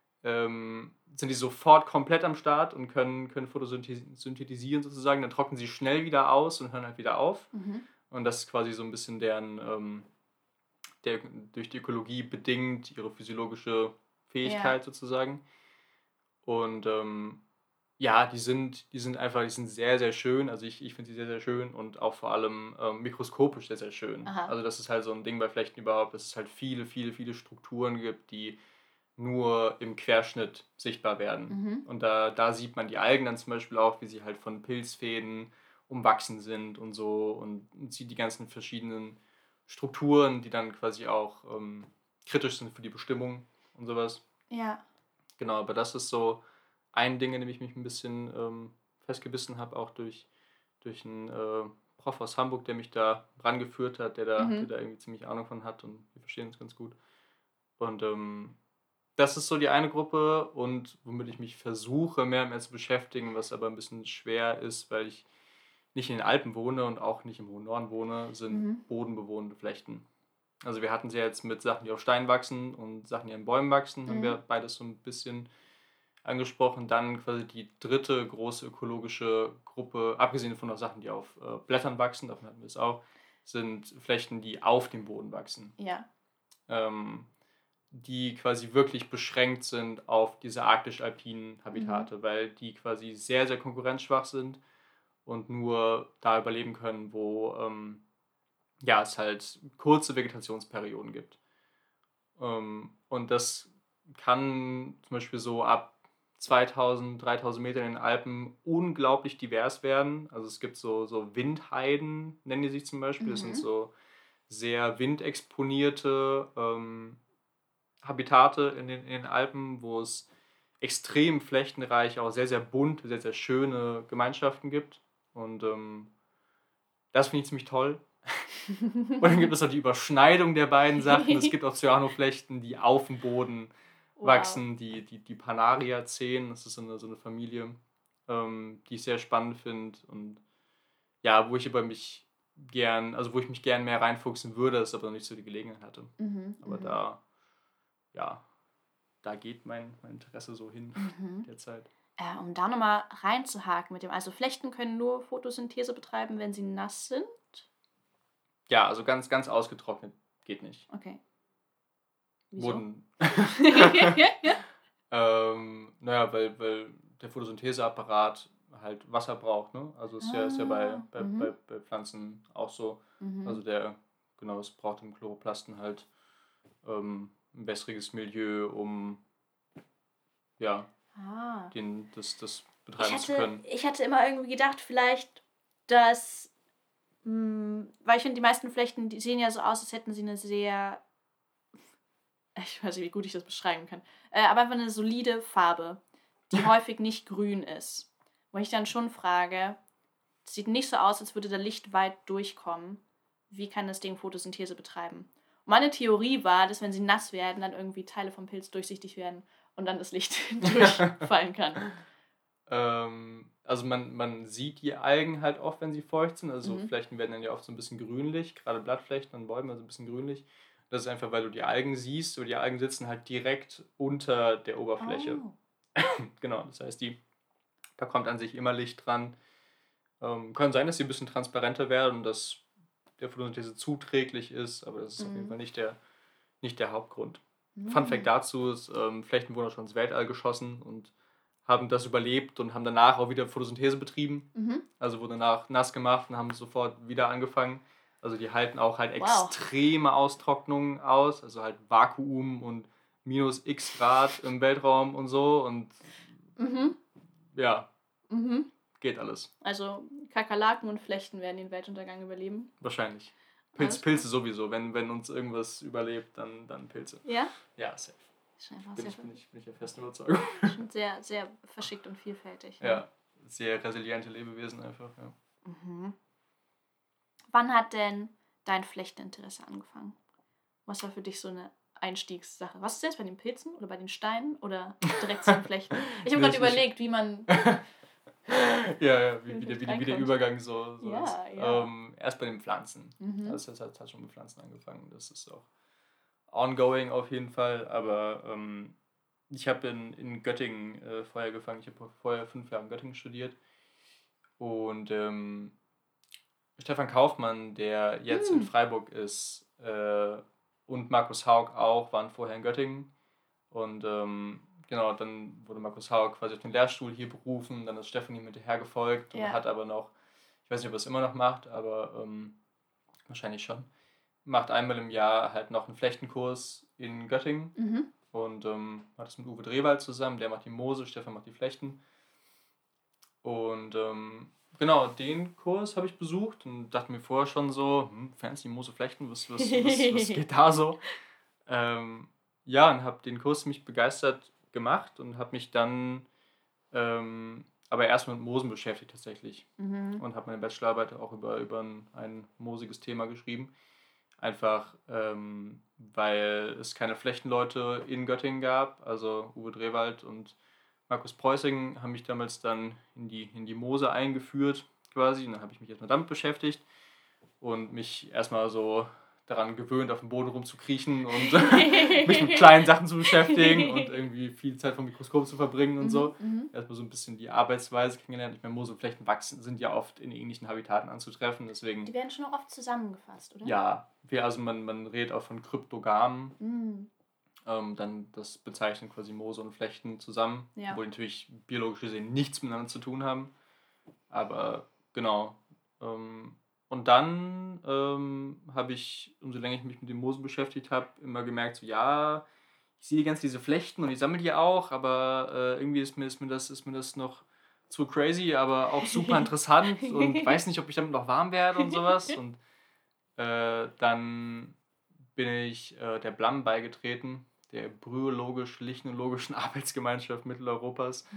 die sofort komplett am Start und können photosynthesieren sozusagen. Dann trocknen sie schnell wieder aus und hören halt wieder auf. Und das ist quasi so ein bisschen deren, durch die Ökologie bedingt, ihre physiologische Fähigkeit sozusagen. Und die sind sehr, sehr schön. Also ich finde sie sehr, sehr schön und auch vor allem mikroskopisch sehr, sehr schön. Aha. Also das ist halt so ein Ding bei Flechten überhaupt, dass es halt viele, viele, viele Strukturen gibt, die nur im Querschnitt sichtbar werden. Und da sieht man die Algen dann zum Beispiel auch, wie sie halt von Pilzfäden umwachsen sind und so und sieht die ganzen verschiedenen Strukturen, die dann quasi auch kritisch sind für die Bestimmung und sowas. Ja. Genau, aber das ist so ein Ding, in dem ich mich ein bisschen festgebissen habe, auch durch einen Prof aus Hamburg, der mich da rangeführt hat, der da irgendwie ziemlich Ahnung von hat und wir verstehen uns ganz gut. Und das ist so die eine Gruppe und womit ich mich versuche, mehr und mehr zu beschäftigen, was aber ein bisschen schwer ist, weil ich nicht in den Alpen wohne und auch nicht im hohen Norden wohne, sind bodenbewohnende Flechten. Also wir hatten sie jetzt mit Sachen, die auf Steinen wachsen und Sachen, die an Bäumen wachsen, haben wir beides so ein bisschen angesprochen. Dann quasi die dritte große ökologische Gruppe, abgesehen von den Sachen, die auf Blättern wachsen, davon hatten wir es auch, sind Flechten, die auf dem Boden wachsen. Ja. Die quasi wirklich beschränkt sind auf diese arktisch-alpinen Habitate, weil die quasi sehr, sehr konkurrenzschwach sind und nur da überleben können, wo es halt kurze Vegetationsperioden gibt. Und das kann zum Beispiel so ab 2000, 3000 Metern in den Alpen unglaublich divers werden. Also es gibt so Windheiden, nennen die sich zum Beispiel. Das sind so sehr windexponierte Habitate in den Alpen, wo es extrem flächenreich, auch sehr, sehr bunte, sehr, sehr schöne Gemeinschaften gibt. Und das finde ich ziemlich toll. Und dann gibt es auch die Überschneidung der beiden Sachen. Es gibt auch Cyanoflechten, die auf dem Boden wachsen, die Panaria-Zehen. Das ist so eine Familie, die ich sehr spannend finde. Und ja, wo ich mich gern mehr reinfuchsen würde, es aber noch nicht so die Gelegenheit hatte. Aber da geht mein Interesse so hin derzeit. Um da nochmal reinzuhaken mit dem, also Flechten können nur Photosynthese betreiben, wenn sie nass sind? Ja, also ganz, ganz ausgetrocknet geht nicht. Okay. Wieso? Weil der Photosyntheseapparat halt Wasser braucht, ne? Also ist ja bei Pflanzen auch so. Also es braucht im Chloroplasten halt ein wässriges Milieu, um das betreiben zu können. Ich hatte immer irgendwie gedacht, vielleicht, dass, weil ich finde, die meisten Flechten, die sehen ja so aus, als hätten sie eine sehr, ich weiß nicht, wie gut ich das beschreiben kann, aber einfach eine solide Farbe, die häufig nicht grün ist. Wo ich dann schon frage, es sieht nicht so aus, als würde da Licht weit durchkommen. Wie kann das Ding Photosynthese betreiben? Und meine Theorie war, dass wenn sie nass werden, dann irgendwie Teile vom Pilz durchsichtig werden und dann das Licht durchfallen kann. Also man sieht die Algen halt oft, wenn sie feucht sind. Also Flechten werden dann ja oft so ein bisschen grünlich, gerade Blattflechten an Bäumen, also ein bisschen grünlich. Das ist einfach, weil du die Algen siehst, und die Algen sitzen halt direkt unter der Oberfläche. Genau, das heißt, da kommt an sich immer Licht dran. Kann sein, dass sie ein bisschen transparenter werden und dass der Photosynthese zuträglich ist, aber das ist auf jeden Fall nicht der Hauptgrund. Fun Fact dazu ist, Flechten wurden auch schon ins Weltall geschossen und haben das überlebt und haben danach auch wieder Photosynthese betrieben. Also wurde danach nass gemacht und haben sofort wieder angefangen. Also die halten auch halt extreme Austrocknungen aus, also halt Vakuum und minus x Grad im Weltraum und so und ja, geht alles. Also Kakerlaken und Flechten werden den Weltuntergang überleben. Wahrscheinlich. Pilze sowieso, wenn uns irgendwas überlebt, dann Pilze. Ja? Ja, safe. Bin ich der festen Überzeugung. Schon sehr, sehr verschickt und vielfältig. Ja, sehr resiliente Lebewesen einfach, ja. Wann hat denn dein Flechteninteresse angefangen? Was war für dich so eine Einstiegssache? Was ist jetzt bei den Pilzen oder bei den Steinen oder direkt zum Flechten? Ich habe gerade überlegt, wie man... wie der Übergang so Ja, ist. ja. Erst bei den Pflanzen. Also das hat schon mit Pflanzen angefangen. Das ist auch ongoing auf jeden Fall. Aber ich habe in Göttingen vorher angefangen. Ich habe vorher 5 Jahre in Göttingen studiert. Und Stefan Kaufmann, der jetzt in Freiburg ist, und Markus Haug auch, waren vorher in Göttingen. Und genau, dann wurde Markus Haug quasi auf den Lehrstuhl hier berufen, dann ist Stefan ihm hinterher gefolgt und hat aber noch, ich weiß nicht, ob er es immer noch macht, aber wahrscheinlich schon, macht einmal im Jahr halt noch einen Flechtenkurs in Göttingen und hat es mit Uwe Drewald zusammen, der macht die Moose, Stefan macht die Flechten. Und genau, den Kurs habe ich besucht und dachte mir vorher schon so, fancy Moose, Flechten, was geht da so? Ja, und habe den Kurs mich begeistert gemacht und habe mich dann aber erst mit Moosen beschäftigt tatsächlich und habe meine Bachelorarbeit auch über ein moosiges Thema geschrieben. Einfach, weil es keine Flechtenleute in Göttingen gab, also Uwe Drewald und Markus Preußing haben mich damals dann in die Moose eingeführt quasi und dann habe ich mich erstmal damit beschäftigt und mich erstmal so daran gewöhnt, auf dem Boden rumzukriechen und mich mit kleinen Sachen zu beschäftigen und irgendwie viel Zeit vom Mikroskop zu verbringen und so. Erstmal so ein bisschen die Arbeitsweise kennengelernt. Ich meine, Moose und Flechten wachsen sind ja oft in ähnlichen Habitaten anzutreffen, deswegen... Die werden schon auch oft zusammengefasst, oder? Ja, also man redet auch von Kryptogamen. Dann das bezeichnen quasi Moose und Flechten zusammen, obwohl die natürlich biologisch gesehen nichts miteinander zu tun haben. Aber genau. Und dann habe ich, umso länger ich mich mit den Moosen beschäftigt habe, immer gemerkt, so ja, ich sehe ganz diese Flechten und ich sammle die auch, aber irgendwie ist mir das noch zu crazy, aber auch super interessant und weiß nicht, ob ich damit noch warm werde und sowas. Und dann bin ich der BLAM beigetreten, der Bryologisch-Lichnologischen Arbeitsgemeinschaft Mitteleuropas.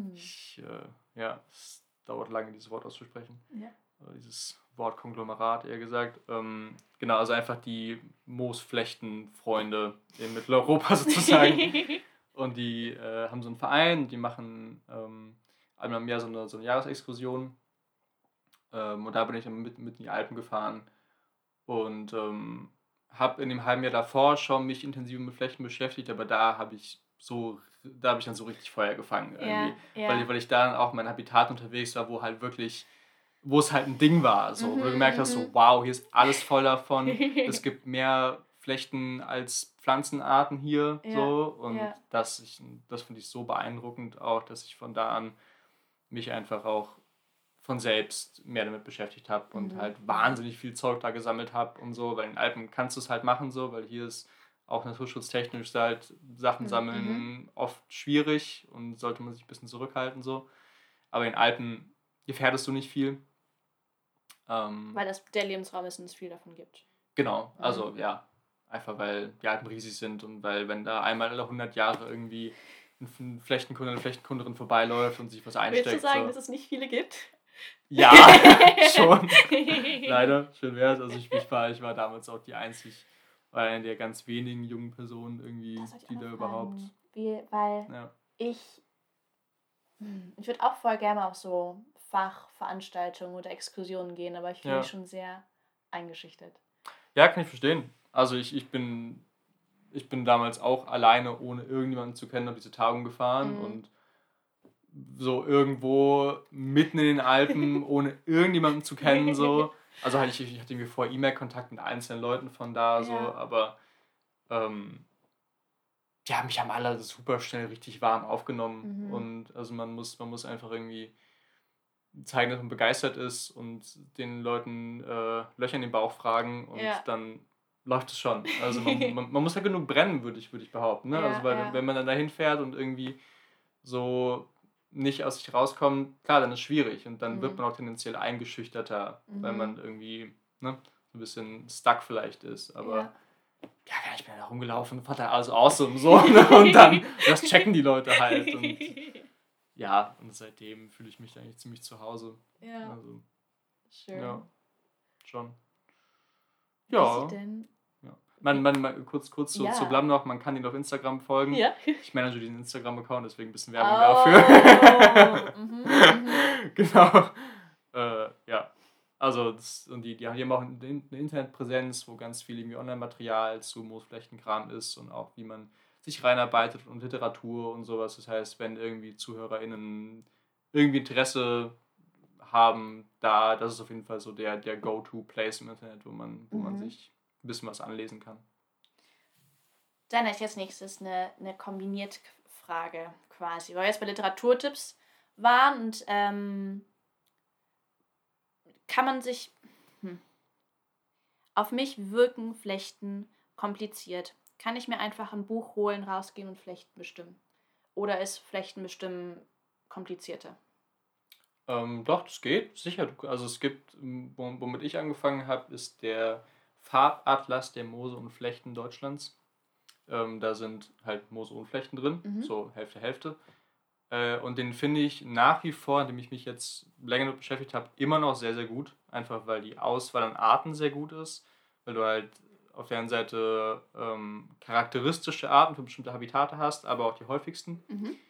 Es dauert lange, dieses Wort auszusprechen. Ja. Dieses Wort Konglomerat, eher gesagt. Genau, also einfach die Moosflechtenfreunde in Mitteleuropa sozusagen. Und die haben so einen Verein, die machen einmal im Jahr so eine Jahresexkursion. Und da bin ich dann mit in die Alpen gefahren. Und habe in dem halben Jahr davor schon mich intensiv mit Flechten beschäftigt, aber da habe ich dann so richtig Feuer gefangen irgendwie. Weil ich da dann auch mein Habitat unterwegs war, wo es halt ein Ding war, so, wo du gemerkt hast, so wow, hier ist alles voll davon, es gibt mehr Flechten als Pflanzenarten hier, so, und das finde ich so beeindruckend auch, dass ich von da an mich einfach auch von selbst mehr damit beschäftigt habe und halt wahnsinnig viel Zeug da gesammelt habe und so, weil in den Alpen kannst du es halt machen, so, weil hier ist auch naturschutztechnisch halt Sachen sammeln oft schwierig und sollte man sich ein bisschen zurückhalten, so. Aber in den Alpen gefährdest du nicht viel. Weil der Lebensraum ist und es viel davon gibt. Genau, also ja, einfach weil die Alpen riesig sind und weil wenn da einmal alle 100 Jahre irgendwie ein Flechtenkunde, eine Flechtenkunderin vorbeiläuft und sich was einsteckt. Willst du sagen, so. Dass es nicht viele gibt? Ja, schon. Leider, schön wär's. Also ich war damals auch eine der ganz wenigen jungen Personen irgendwie, die da überhaupt... Ich würde auch voll gerne auf so Fachveranstaltungen oder Exkursionen gehen, aber ich fühle mich schon sehr eingeschüchtert. Ja, kann ich verstehen. Also ich bin damals auch alleine, ohne irgendjemanden zu kennen, auf diese Tagung gefahren und so irgendwo mitten in den Alpen, ohne irgendjemanden zu kennen, so. Also ich hatte irgendwie vorher E-Mail-Kontakt mit einzelnen Leuten von da, so, aber ja, mich haben alle super schnell richtig warm aufgenommen. Und also man muss einfach irgendwie zeigen, dass man begeistert ist und den Leuten Löcher in den Bauch fragen und dann läuft es schon. Also man muss halt genug brennen, würde ich behaupten. Ne? Also weil wenn man dann dahin fährt und irgendwie so nicht aus sich rauskommt, klar, dann ist es schwierig und dann wird man auch tendenziell eingeschüchterter, weil man irgendwie so ein bisschen stuck vielleicht ist. Aber ja, ich bin da rumgelaufen, fand da alles awesome so, ne? Und dann, das checken die Leute halt. Und ja, und seitdem fühle ich mich da eigentlich ziemlich zu Hause. Ja. Also, schön. Ja, schon. Wie Ja. sieht denn... Ja. Man kurz zu Blam noch, man kann ihn auf Instagram folgen. Ja. Ich manage den Instagram-Account, deswegen ein bisschen Werbung dafür. Genau. Ja. Also, die haben auch eine Internetpräsenz, wo ganz viel irgendwie Online-Material zu Moosflechtenkram ist und auch wie man sich reinarbeitet und Literatur und sowas. Das heißt, wenn irgendwie ZuhörerInnen irgendwie Interesse haben, das ist auf jeden Fall so der Go-To-Place im Internet, wo man sich ein bisschen was anlesen kann. Dann hätte ich jetzt nächstes eine kombinierte Frage quasi, weil wir jetzt bei Literaturtipps waren und kann man sich auf mich wirken Flechten kompliziert. Kann ich mir einfach ein Buch holen, rausgehen und Flechten bestimmen? Oder ist Flechten bestimmen komplizierter? Doch, das geht, sicher. Also es gibt, womit ich angefangen habe, ist der Farbatlas der Moose und Flechten Deutschlands. Da sind halt Moose und Flechten drin, so Hälfte, Hälfte. Und den finde ich nach wie vor, indem ich mich jetzt länger damit beschäftigt habe, immer noch sehr, sehr gut. Einfach weil die Auswahl an Arten sehr gut ist. Weil du halt auf der einen Seite charakteristische Arten für bestimmte Habitate hast, aber auch die häufigsten.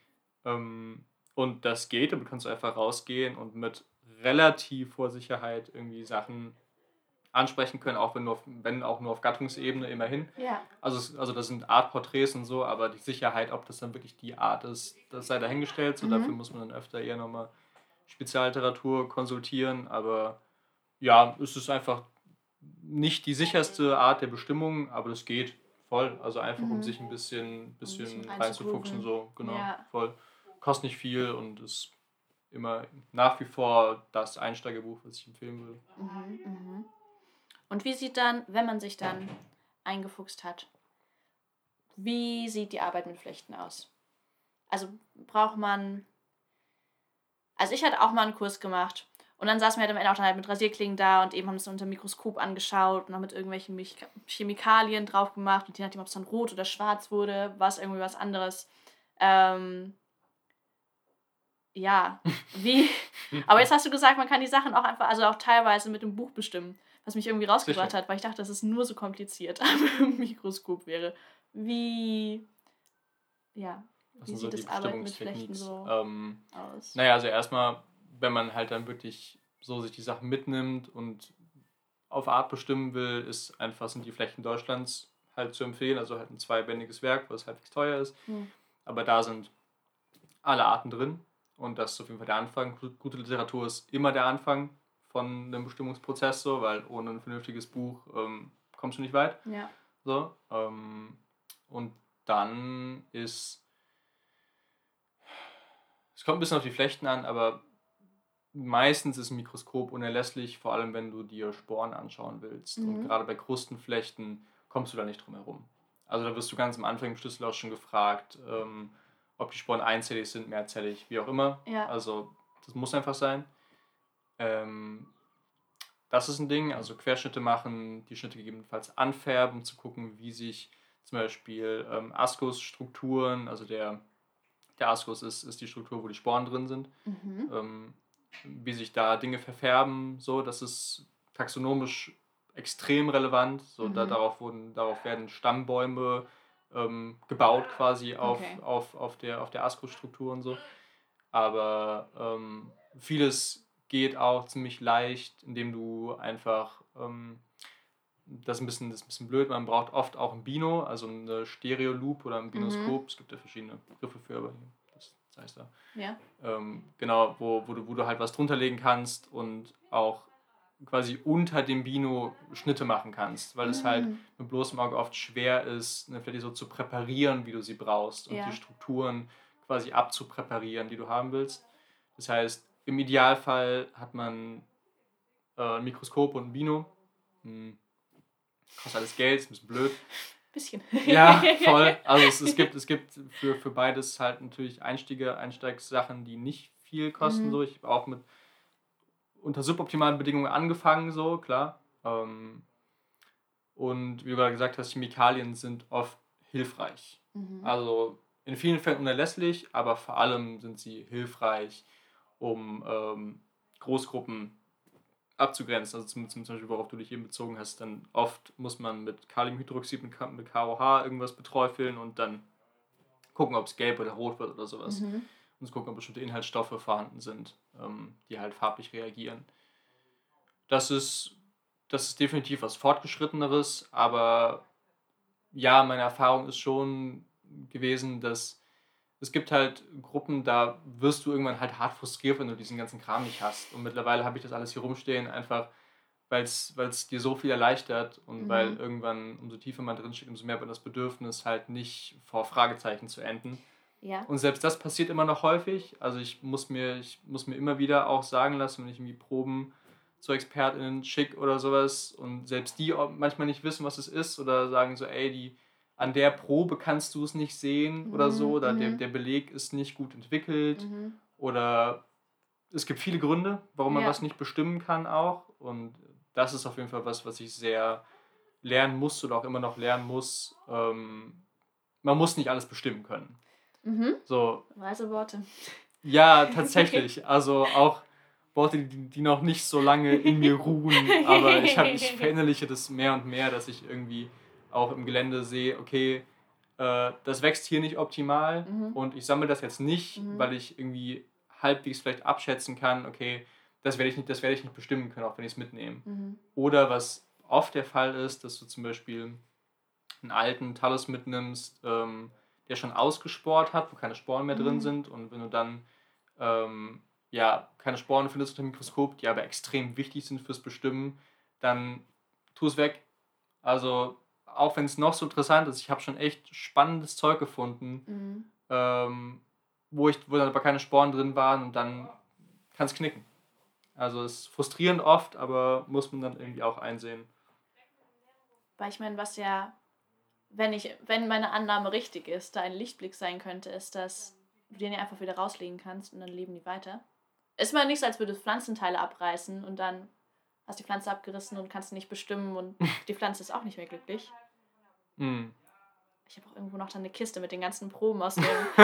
Und das geht, damit kannst du einfach rausgehen und mit relativ hoher Sicherheit irgendwie Sachen ansprechen können, auch wenn auch nur auf Gattungsebene, immerhin. Ja. Also das sind Artporträts und so, aber die Sicherheit, ob das dann wirklich die Art ist, das sei dahingestellt. So, dafür muss man dann öfter eher nochmal Spezialliteratur konsultieren. Aber ja, es ist einfach nicht die sicherste Art der Bestimmung, aber das geht voll. Also einfach, um sich ein bisschen reinzufuchsen. So, genau, voll. Kostet nicht viel und ist immer nach wie vor das Einsteigerbuch, was ich empfehlen würde. Und wie sieht dann, wenn man sich dann eingefuchst hat, wie sieht die Arbeit mit Flechten aus? Also braucht man... Also ich hatte auch mal einen Kurs gemacht und dann saßen wir halt am Ende auch dann halt mit Rasierklingen da und eben haben es unter dem Mikroskop angeschaut und haben mit irgendwelchen Chemikalien drauf gemacht und je nachdem, ob es dann rot oder schwarz wurde, war es irgendwie was anderes. Ja, wie... Aber jetzt hast du gesagt, man kann die Sachen auch einfach, also auch teilweise mit dem Buch bestimmen, was mich irgendwie rausgebracht hat, weil ich dachte, dass es nur so kompliziert am Mikroskop wäre. Wie sieht das Arbeiten mit Flechten so aus? Naja, also erstmal, wenn man halt dann wirklich so sich die Sachen mitnimmt und auf Art bestimmen will, sind die Flechten Deutschlands halt zu empfehlen, also halt ein 2-bändiges Werk, was halbwegs teuer ist. Aber da sind alle Arten drin. Und das ist auf jeden Fall der Anfang. Gute Literatur ist immer der Anfang von einem Bestimmungsprozess, so, weil ohne ein vernünftiges Buch kommst du nicht weit. Ja. So, und dann es kommt ein bisschen auf die Flechten an, aber meistens ist ein Mikroskop unerlässlich, vor allem wenn du dir Sporen anschauen willst. Und gerade bei Krustenflechten kommst du da nicht drum herum. Also da wirst du ganz am Anfang im Schlüssel auch schon gefragt, ob die Sporen einzellig sind, mehrzellig, wie auch immer. Ja. Also das muss einfach sein. Das ist ein Ding, also Querschnitte machen, die Schnitte gegebenenfalls anfärben, um zu gucken, wie sich zum Beispiel Ascus-Strukturen, also der Ascus ist die Struktur, wo die Sporen drin sind, wie sich da Dinge verfärben, so, das ist taxonomisch extrem relevant. So, darauf werden Stammbäume gebaut quasi auf der Ascus-Struktur und so. Aber vieles geht auch ziemlich leicht, indem du einfach, das ist ein bisschen blöd, man braucht oft auch ein Bino, also eine Stereoloop oder ein Binoskop. Es gibt ja verschiedene Begriffe für, aber das das heißt da. Ja. Genau, wo du halt was drunter legen kannst und auch quasi unter dem Bino Schnitte machen kannst, weil es halt mit bloßem Auge oft schwer ist, eine Fläche so zu präparieren, wie du sie brauchst und die Strukturen quasi abzupräparieren, die du haben willst. Das heißt, im Idealfall hat man ein Mikroskop und ein Bino. Kostet alles Geld, ist ein bisschen blöd. Bisschen. Ja, voll. Also es gibt für beides halt natürlich Einsteigssachen, die nicht viel kosten. So. Ich habe auch unter suboptimalen Bedingungen angefangen, so, klar. Und wie du gerade gesagt hast, Chemikalien sind oft hilfreich. Also in vielen Fällen unerlässlich, aber vor allem sind sie hilfreich, um Großgruppen abzugrenzen. Also zum Beispiel, worauf du dich eben bezogen hast, dann oft muss man mit Kaliumhydroxid, mit KOH irgendwas beträufeln und dann gucken, ob es gelb oder rot wird oder sowas. Und gucken, ob bestimmte Inhaltsstoffe vorhanden sind, die halt farblich reagieren. Das ist definitiv was Fortgeschritteneres, aber ja, meine Erfahrung ist schon gewesen, dass es gibt halt Gruppen, da wirst du irgendwann halt hart frustriert, wenn du diesen ganzen Kram nicht hast. Und mittlerweile habe ich das alles hier rumstehen, einfach weil es dir so viel erleichtert und weil irgendwann, umso tiefer man drinsteht, umso mehr wird das Bedürfnis halt nicht vor Fragezeichen zu enden. Ja. Und selbst das passiert immer noch häufig. Also ich muss mir immer wieder auch sagen lassen, wenn ich irgendwie Proben zu ExpertInnen schicke oder sowas und selbst die manchmal nicht wissen, was es ist oder sagen so, ey, an der Probe kannst du es nicht sehen oder so, oder der Beleg ist nicht gut entwickelt oder es gibt viele Gründe, warum man was nicht bestimmen kann auch, und das ist auf jeden Fall was ich sehr lernen muss oder auch immer noch lernen muss. Man muss nicht alles bestimmen können. So. Weise Worte. Ja, tatsächlich. Also auch Worte, die noch nicht so lange in mir ruhen, aber ich verinnerliche das mehr und mehr, dass ich irgendwie auch im Gelände sehe, okay, das wächst hier nicht optimal und ich sammle das jetzt nicht, weil ich irgendwie halbwegs vielleicht abschätzen kann, okay, das werde ich nicht bestimmen können, auch wenn ich es mitnehme. Oder was oft der Fall ist, dass du zum Beispiel einen alten Talus mitnimmst, der schon ausgesport hat, wo keine Sporen mehr drin sind, und wenn du dann keine Sporen findest unter dem Mikroskop, die aber extrem wichtig sind fürs Bestimmen, dann tu es weg. Also auch wenn es noch so interessant ist, ich habe schon echt spannendes Zeug gefunden, wo dann aber keine Sporen drin waren, und dann kann es knicken. Also es ist frustrierend oft, aber muss man dann irgendwie auch einsehen. Weil ich meine, was ja, wenn meine Annahme richtig ist, da ein Lichtblick sein könnte, ist, dass du den ja einfach wieder rauslegen kannst und dann leben die weiter. Ist mal nicht so, als würdest du Pflanzenteile abreißen und dann hast die Pflanze abgerissen und kannst nicht bestimmen und die Pflanze ist auch nicht mehr glücklich. Ich habe auch irgendwo noch dann eine Kiste mit den ganzen Proben aus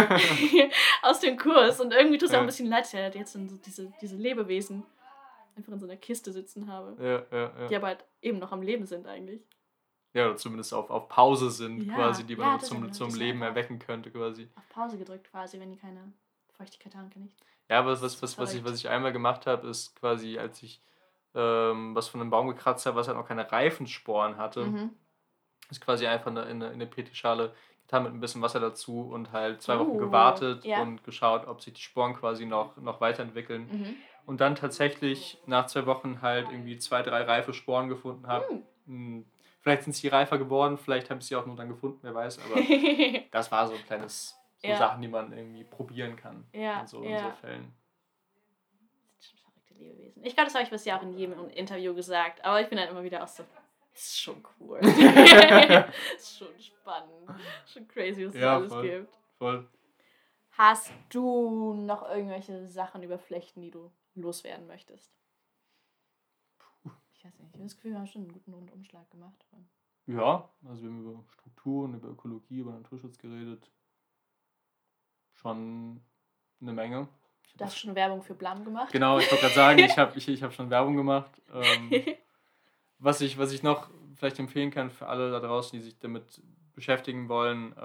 dem Kurs, und irgendwie tut es auch ein bisschen leid, dass ich jetzt so diese Lebewesen einfach in so einer Kiste sitzen habe. Ja. Die aber halt eben noch am Leben sind eigentlich. Ja, oder zumindest auf Pause sind, Ja, quasi, die man ja, zum Leben erwecken könnte, quasi. Auf Pause gedrückt quasi, wenn die keine Feuchtigkeit haben, kann ich. Ja, aber was ich einmal gemacht habe, ist quasi, als ich was von einem Baum gekratzt habe, was halt noch keine Reifensporen hatte, ist quasi einfach in eine Petrischale getan mit ein bisschen Wasser dazu und halt 2 Wochen gewartet und geschaut, ob sich die Sporen quasi noch weiterentwickeln. Und dann tatsächlich nach 2 Wochen halt irgendwie 2, 3 reife Sporen gefunden habe. Vielleicht sind sie reifer geworden, vielleicht habe ich sie auch nur dann gefunden, wer weiß, aber das war so ein kleines Sachen, die man irgendwie probieren kann in so Fällen. Das sind schon verrückte Lebewesen. Ich glaube, das habe ich bisher auch in jedem Interview gesagt, aber ich bin dann immer wieder auch so, das ist schon cool. Das ist schon spannend. Schon crazy, was es alles gibt. Voll. Hast du noch irgendwelche Sachen über Flechten, die du loswerden möchtest? Ich weiß nicht, ich habe das Gefühl, wir haben schon einen guten Rundumschlag gemacht. Ja, also wir haben über Strukturen, über Ökologie, über Naturschutz geredet. Schon eine Menge. Du hast schon Werbung für Blam gemacht? Genau, ich wollte gerade sagen, ich hab schon Werbung gemacht. Was ich noch vielleicht empfehlen kann für alle da draußen, die sich damit beschäftigen wollen,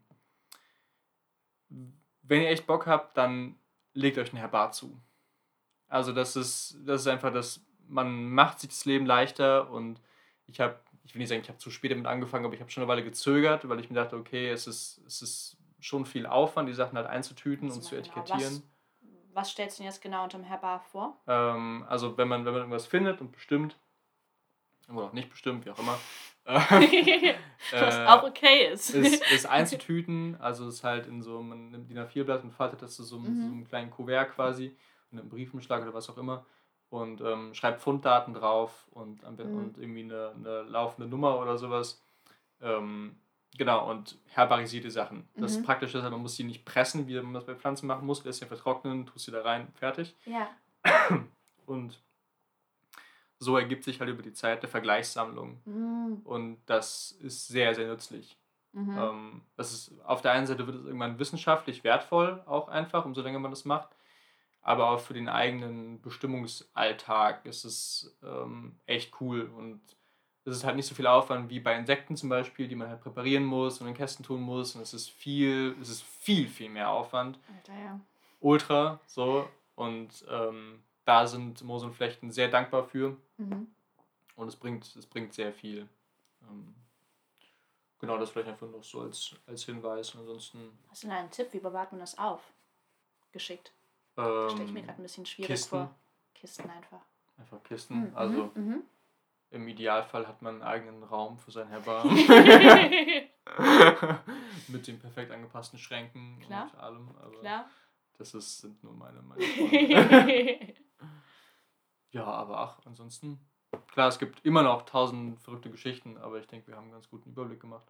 wenn ihr echt Bock habt, dann legt euch ein Herbar zu. Also das ist einfach, man macht sich das Leben leichter, und ich will nicht sagen, ich habe zu spät damit angefangen, aber ich habe schon eine Weile gezögert, weil ich mir dachte, okay, es ist schon viel Aufwand, die Sachen halt einzutüten Also und zu genau, etikettieren. Was stellst du denn jetzt genau unter dem Herbar vor? Also wenn man irgendwas findet und bestimmt, oder auch nicht bestimmt, wie auch immer, Was auch okay ist. ist einzutüten, also ist halt man nimmt DIN A4-Blatt und faltet das zu so einem kleinen Kuvert quasi, und einem Briefumschlag oder was auch immer, und schreibt Funddaten drauf und irgendwie eine laufende Nummer oder sowas. Genau, und herbarisierte Sachen. Das Praktische ist, man muss sie nicht pressen, wie man das bei Pflanzen machen muss, lässt sie vertrocknen, tust sie da rein, fertig. Ja. Und so ergibt sich halt über die Zeit eine Vergleichssammlung. Und das ist sehr, sehr nützlich. Das ist, auf der einen Seite wird es irgendwann wissenschaftlich wertvoll, auch einfach, umso länger man das macht. Aber auch für den eigenen Bestimmungsalltag ist es echt cool. Und es ist halt nicht so viel Aufwand wie bei Insekten zum Beispiel, die man halt präparieren muss und in Kästen tun muss. Und es ist viel, viel mehr Aufwand. Alter, ja. Ultra, so. Und da sind Moose und Flechten sehr dankbar für. Und es bringt sehr viel. Genau, das vielleicht einfach noch so als Hinweis. Und ansonsten. Hast du denn einen Tipp, wie bewahrt man das auf? Geschickt. Stelle ich mir gerade ein bisschen schwierig vor. Kisten einfach. Einfach Kisten. Also im Idealfall hat man einen eigenen Raum für sein Herbar. Mit den perfekt angepassten Schränken und allem. Aber Klar. Das sind nur meine Freunde. Ja, aber ansonsten. Klar, es gibt immer noch 1000 verrückte Geschichten, aber ich denke, wir haben einen ganz guten Überblick gemacht.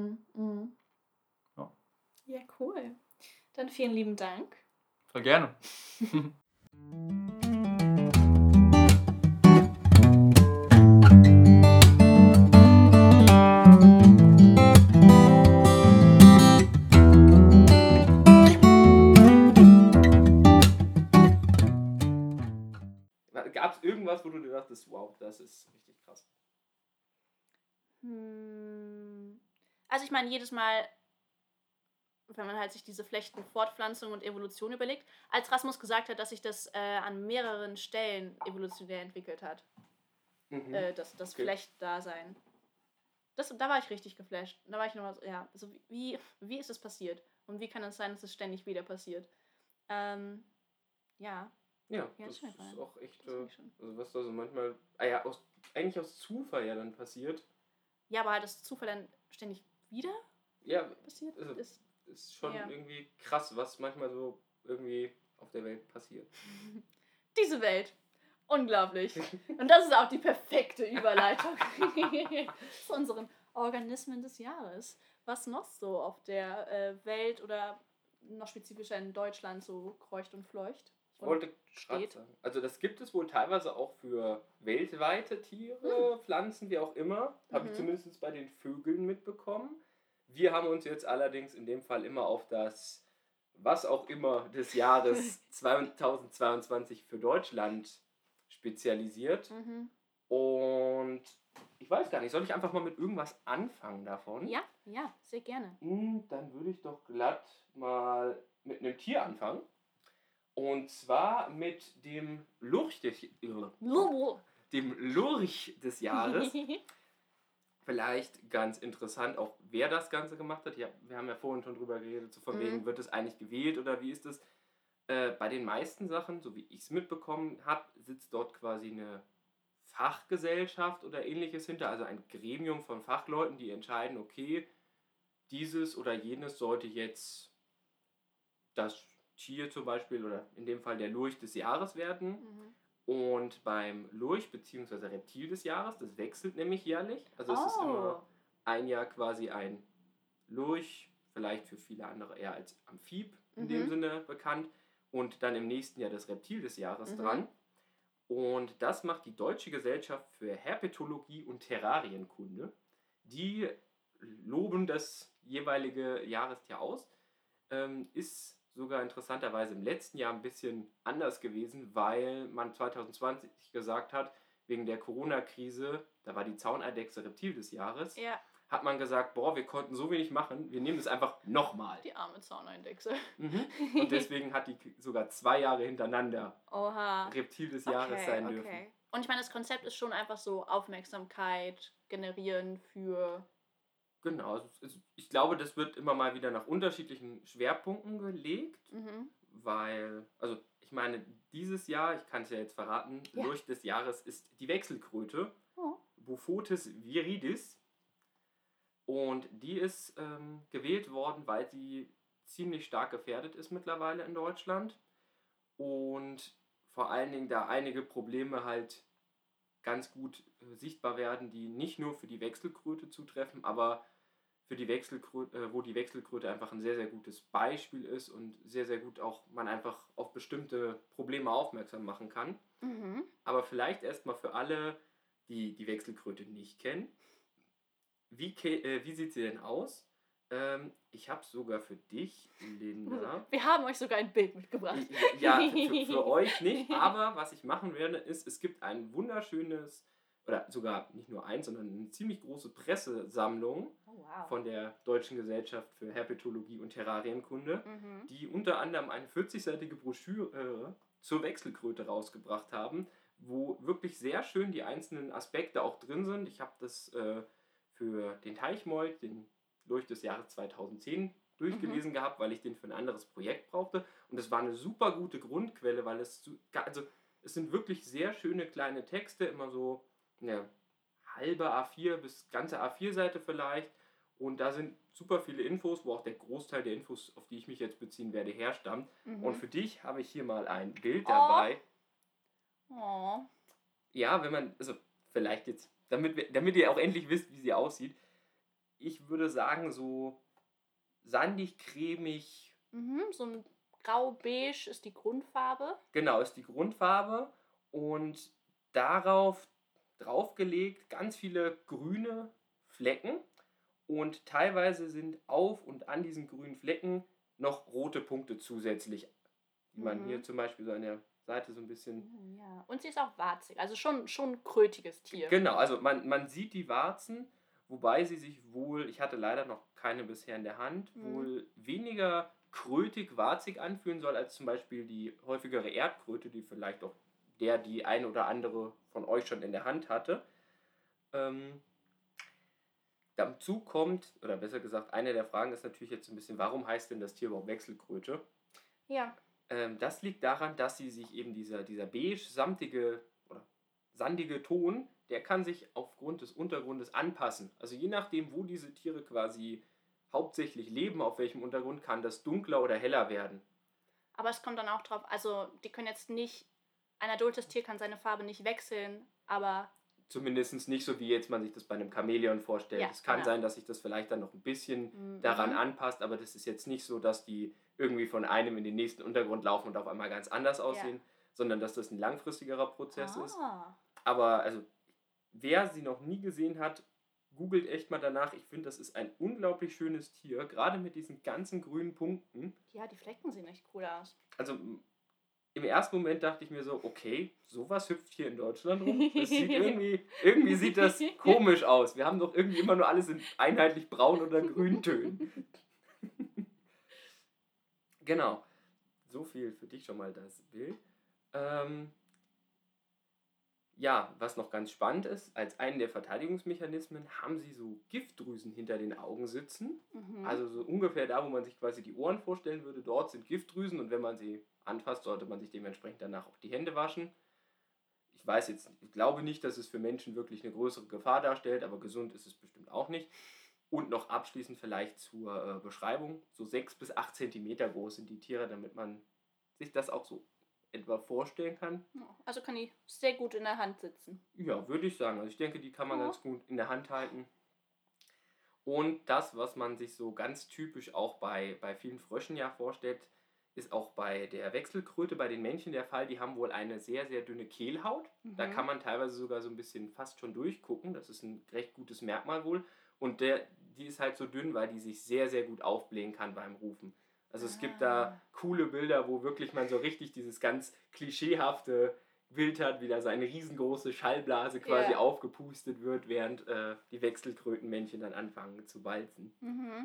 Ja. Ja, cool. Dann vielen lieben Dank. Voll gerne. Gab es irgendwas, wo du dir dachtest, wow, das ist richtig krass? Also ich meine, jedes Mal, wenn man halt sich diese Flechtenfortpflanzung und Evolution überlegt, als Rasmus gesagt hat, dass sich das an mehreren Stellen evolutionär entwickelt hat. Das Flechtdasein. Da war ich richtig geflasht. Da war ich nochmal so, ja, also wie ist das passiert? Und wie kann es sein, dass es ständig wieder passiert? Ja. Ja, das ist auch echt, also was da so manchmal, eigentlich aus Zufall ja dann passiert. Ja, aber halt das Zufall dann ständig wieder passiert ist schon irgendwie krass, was manchmal so irgendwie auf der Welt passiert. Diese Welt. Unglaublich. Und das ist auch die perfekte Überleitung zu unseren Organismen des Jahres. Was noch so auf der Welt oder noch spezifischer in Deutschland so kreucht und fleucht? Ich wollte gerade sagen. Also das gibt es wohl teilweise auch für weltweite Tiere, Pflanzen, wie auch immer. Habe ich zumindest bei den Vögeln mitbekommen. Wir haben uns jetzt allerdings in dem Fall immer auf das, was auch immer des Jahres 2022 für Deutschland spezialisiert. Und ich weiß gar nicht, soll ich einfach mal mit irgendwas anfangen davon? Ja, sehr gerne. Dann würde ich doch glatt mal mit einem Tier anfangen. Und zwar mit dem Lurch des Jahres. Vielleicht ganz interessant, auch wer das Ganze gemacht hat. Ja, wir haben ja vorhin schon drüber geredet, so von wegen, wird es eigentlich gewählt oder wie ist es? Bei den meisten Sachen, so wie ich es mitbekommen habe, sitzt dort quasi eine Fachgesellschaft oder ähnliches hinter, also ein Gremium von Fachleuten, die entscheiden, okay, dieses oder jenes sollte jetzt das Tier zum Beispiel oder in dem Fall der Lurch des Jahres werden. Und beim Lurch bzw. Reptil des Jahres, das wechselt nämlich jährlich. Also es ist immer ein Jahr quasi ein Lurch, vielleicht für viele andere eher als Amphib in dem Sinne bekannt. Und dann im nächsten Jahr das Reptil des Jahres dran. Und das macht die Deutsche Gesellschaft für Herpetologie und Terrarienkunde. Die loben das jeweilige Jahrestier aus. Ist sogar interessanterweise im letzten Jahr ein bisschen anders gewesen, weil man 2020 gesagt hat, wegen der Corona-Krise, da war die Zauneidechse Reptil des Jahres, hat man gesagt, wir konnten so wenig machen, wir nehmen es einfach nochmal. Die arme Zauneidechse. Und deswegen hat die sogar 2 Jahre hintereinander Reptil des Jahres sein dürfen. Und ich meine, das Konzept ist schon einfach so Aufmerksamkeit generieren für Genau, ich glaube, das wird immer mal wieder nach unterschiedlichen Schwerpunkten gelegt, weil, also ich meine, dieses Jahr, ich kann es ja jetzt verraten, Ja. Lurch des Jahres ist die Wechselkröte, Oh. Buphotes viridis, und die ist gewählt worden, weil sie ziemlich stark gefährdet ist mittlerweile in Deutschland und vor allen Dingen da einige Probleme halt ganz gut sichtbar werden, die nicht nur für die Wechselkröte zutreffen, aber für die Wechselkröte, wo die Wechselkröte einfach ein sehr, sehr gutes Beispiel ist und sehr, sehr gut auch man einfach auf bestimmte Probleme aufmerksam machen kann. Aber vielleicht erstmal für alle, die die Wechselkröte nicht kennen. Wie sieht sie denn aus? Ich habe sogar für dich, Linda. Wir haben euch sogar ein Bild mitgebracht. Ja, für euch nicht, aber was ich machen werde, ist, es gibt ein wunderschönes, oder sogar nicht nur eins, sondern eine ziemlich große Pressesammlung von der Deutschen Gesellschaft für Herpetologie und Terrarienkunde, die unter anderem eine 40-seitige Broschüre zur Wechselkröte rausgebracht haben, wo wirklich sehr schön die einzelnen Aspekte auch drin sind. Ich habe das für den Teichmold, den Lurch des Jahres 2010, durchgelesen gehabt, weil ich den für ein anderes Projekt brauchte. Und es war eine super gute Grundquelle, weil es sind wirklich sehr schöne kleine Texte, immer so eine halbe A4 bis ganze A4-Seite vielleicht. Und da sind super viele Infos, wo auch der Großteil der Infos, auf die ich mich jetzt beziehen werde, herstammt. Und für dich habe ich hier mal ein Bild dabei. Oh. Ja, wenn man, also vielleicht jetzt, damit ihr auch endlich wisst, wie sie aussieht. Ich würde sagen, so sandig, cremig. So ein grau-beige ist die Grundfarbe. Genau, ist die Grundfarbe. Und draufgelegt ganz viele grüne Flecken. Und teilweise sind auf und an diesen grünen Flecken noch rote Punkte zusätzlich. Die man hier zum Beispiel so an der Seite so ein bisschen... Ja, und sie ist auch warzig, also schon ein krötiges Tier. Genau, also man sieht die Warzen, wobei sie sich wohl, ich hatte leider noch keine bisher in der Hand, wohl weniger krötig-warzig anfühlen soll, als zum Beispiel die häufigere Erdkröte, die vielleicht auch die ein oder andere von euch schon in der Hand hatte. Dazu kommt, oder besser gesagt, eine der Fragen ist natürlich jetzt ein bisschen, warum heißt denn das Tier überhaupt Wechselkröte? Ja. Das liegt daran, dass sie sich eben dieser beige-samtige oder sandige Ton, der kann sich aufgrund des Untergrundes anpassen. Also je nachdem, wo diese Tiere quasi hauptsächlich leben, auf welchem Untergrund, kann das dunkler oder heller werden. Aber es kommt dann auch drauf, also die können jetzt nicht, ein adultes Tier kann seine Farbe nicht wechseln, aber... Zumindest nicht so, wie jetzt man sich das bei einem Chamäleon vorstellt. Ja, es kann sein, dass sich das vielleicht dann noch ein bisschen daran anpasst, aber das ist jetzt nicht so, dass die irgendwie von einem in den nächsten Untergrund laufen und auf einmal ganz anders aussehen, sondern dass das ein langfristigerer Prozess ist. Aber also, wer sie noch nie gesehen hat, googelt echt mal danach. Ich finde, das ist ein unglaublich schönes Tier, gerade mit diesen ganzen grünen Punkten. Ja, die Flecken sehen echt cool aus. Also im ersten Moment dachte ich mir so, okay, sowas hüpft hier in Deutschland rum. Das sieht irgendwie sieht das komisch aus. Wir haben doch irgendwie immer nur alles in einheitlich braun oder grüntönen. Genau. So viel für dich schon mal das Bild. Ja, was noch ganz spannend ist, als einen der Verteidigungsmechanismen haben sie so Giftdrüsen hinter den Augen sitzen. Also so ungefähr da, wo man sich quasi die Ohren vorstellen würde, dort sind Giftdrüsen und wenn man sie anfasst, sollte man sich dementsprechend danach auch die Hände waschen. Ich glaube nicht, dass es für Menschen wirklich eine größere Gefahr darstellt, aber gesund ist es bestimmt auch nicht. Und noch abschließend vielleicht zur Beschreibung, so 6 bis 8 Zentimeter groß sind die Tiere, damit man sich das auch so etwa vorstellen kann. Also kann die sehr gut in der Hand sitzen. Ja, würde ich sagen. Also ich denke, die kann man ganz gut in der Hand halten. Und das, was man sich so ganz typisch auch bei vielen Fröschen ja vorstellt, ist auch bei der Wechselkröte, bei den Männchen der Fall. Die haben wohl eine sehr, sehr dünne Kehlhaut. Da kann man teilweise sogar so ein bisschen fast schon durchgucken. Das ist ein recht gutes Merkmal wohl. Und die ist halt so dünn, weil die sich sehr, sehr gut aufblähen kann beim Rufen. Also es gibt da coole Bilder, wo wirklich man so richtig dieses ganz klischeehafte Bild hat, wie da so eine riesengroße Schallblase quasi aufgepustet wird, während die Wechselkrötenmännchen dann anfangen zu walzen.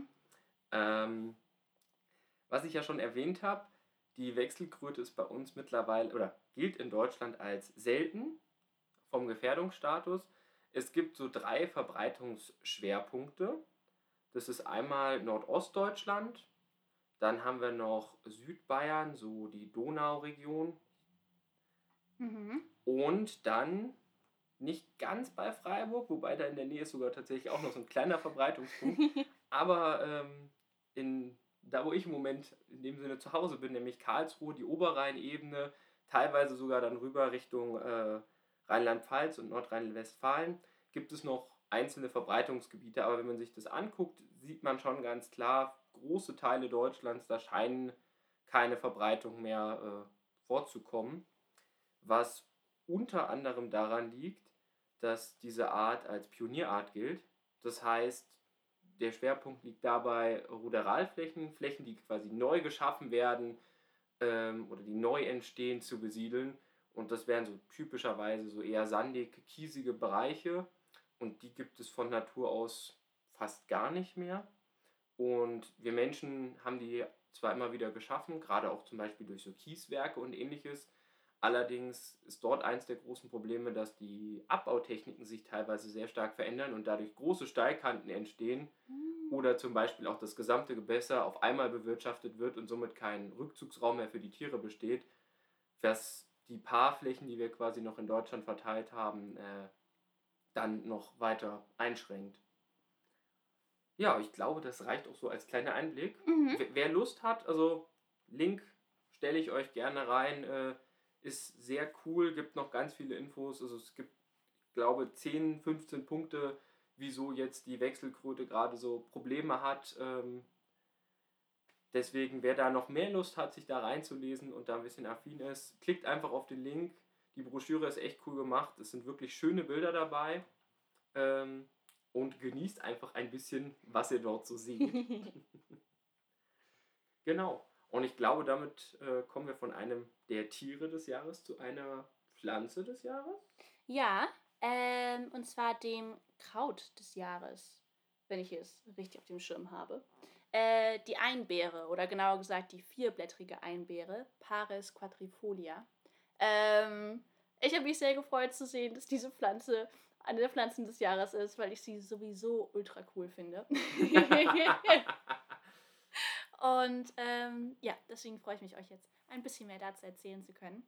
Was ich ja schon erwähnt habe, die Wechselkröte ist bei uns mittlerweile, oder gilt in Deutschland als selten vom Gefährdungsstatus. Es gibt so 3 Verbreitungsschwerpunkte. Das ist einmal Nordostdeutschland, dann haben wir noch Südbayern, so die Donauregion. Und dann nicht ganz bei Freiburg, wobei da in der Nähe ist sogar tatsächlich auch noch so ein kleiner Verbreitungspunkt. Aber da, wo ich im Moment in dem Sinne zu Hause bin, nämlich Karlsruhe, die Oberrheinebene, teilweise sogar dann rüber Richtung Rheinland-Pfalz und Nordrhein-Westfalen, gibt es noch einzelne Verbreitungsgebiete. Aber wenn man sich das anguckt, sieht man schon ganz klar, große Teile Deutschlands, da scheinen keine Verbreitung mehr vorzukommen. Was unter anderem daran liegt, dass diese Art als Pionierart gilt. Das heißt, der Schwerpunkt liegt dabei Ruderalflächen, Flächen, die quasi neu geschaffen werden oder die neu entstehen, zu besiedeln. Und das wären so typischerweise so eher sandig, kiesige Bereiche. Und die gibt es von Natur aus fast gar nicht mehr. Und wir Menschen haben die zwar immer wieder geschaffen, gerade auch zum Beispiel durch so Kieswerke und ähnliches. Allerdings ist dort eins der großen Probleme, dass die Abbautechniken sich teilweise sehr stark verändern und dadurch große Steilkanten entstehen oder zum Beispiel auch das gesamte Gewässer auf einmal bewirtschaftet wird und somit kein Rückzugsraum mehr für die Tiere besteht, was die paar Flächen, die wir quasi noch in Deutschland verteilt haben, dann noch weiter einschränkt. Ja, ich glaube, das reicht auch so als kleiner Einblick. Wer Lust hat, also Link stelle ich euch gerne rein, ist sehr cool, gibt noch ganz viele Infos. Also es gibt, ich glaube, 10, 15 Punkte, wieso jetzt die Wechselkröte gerade so Probleme hat. Deswegen, wer da noch mehr Lust hat, sich da reinzulesen und da ein bisschen affin ist, klickt einfach auf den Link. Die Broschüre ist echt cool gemacht. Es sind wirklich schöne Bilder dabei. Und genießt einfach ein bisschen, was ihr dort so seht. Genau. Und ich glaube, damit kommen wir von einem der Tiere des Jahres zu einer Pflanze des Jahres. Ja, und zwar dem Kraut des Jahres, wenn ich es richtig auf dem Schirm habe. Die Einbeere, oder genauer gesagt die vierblättrige Einbeere, Paris quadrifolia. Ich habe mich sehr gefreut zu sehen, dass diese Pflanze eine der Pflanzen des Jahres ist, weil ich sie sowieso ultra cool finde. Und ja, deswegen freue ich mich, euch jetzt ein bisschen mehr dazu erzählen zu können.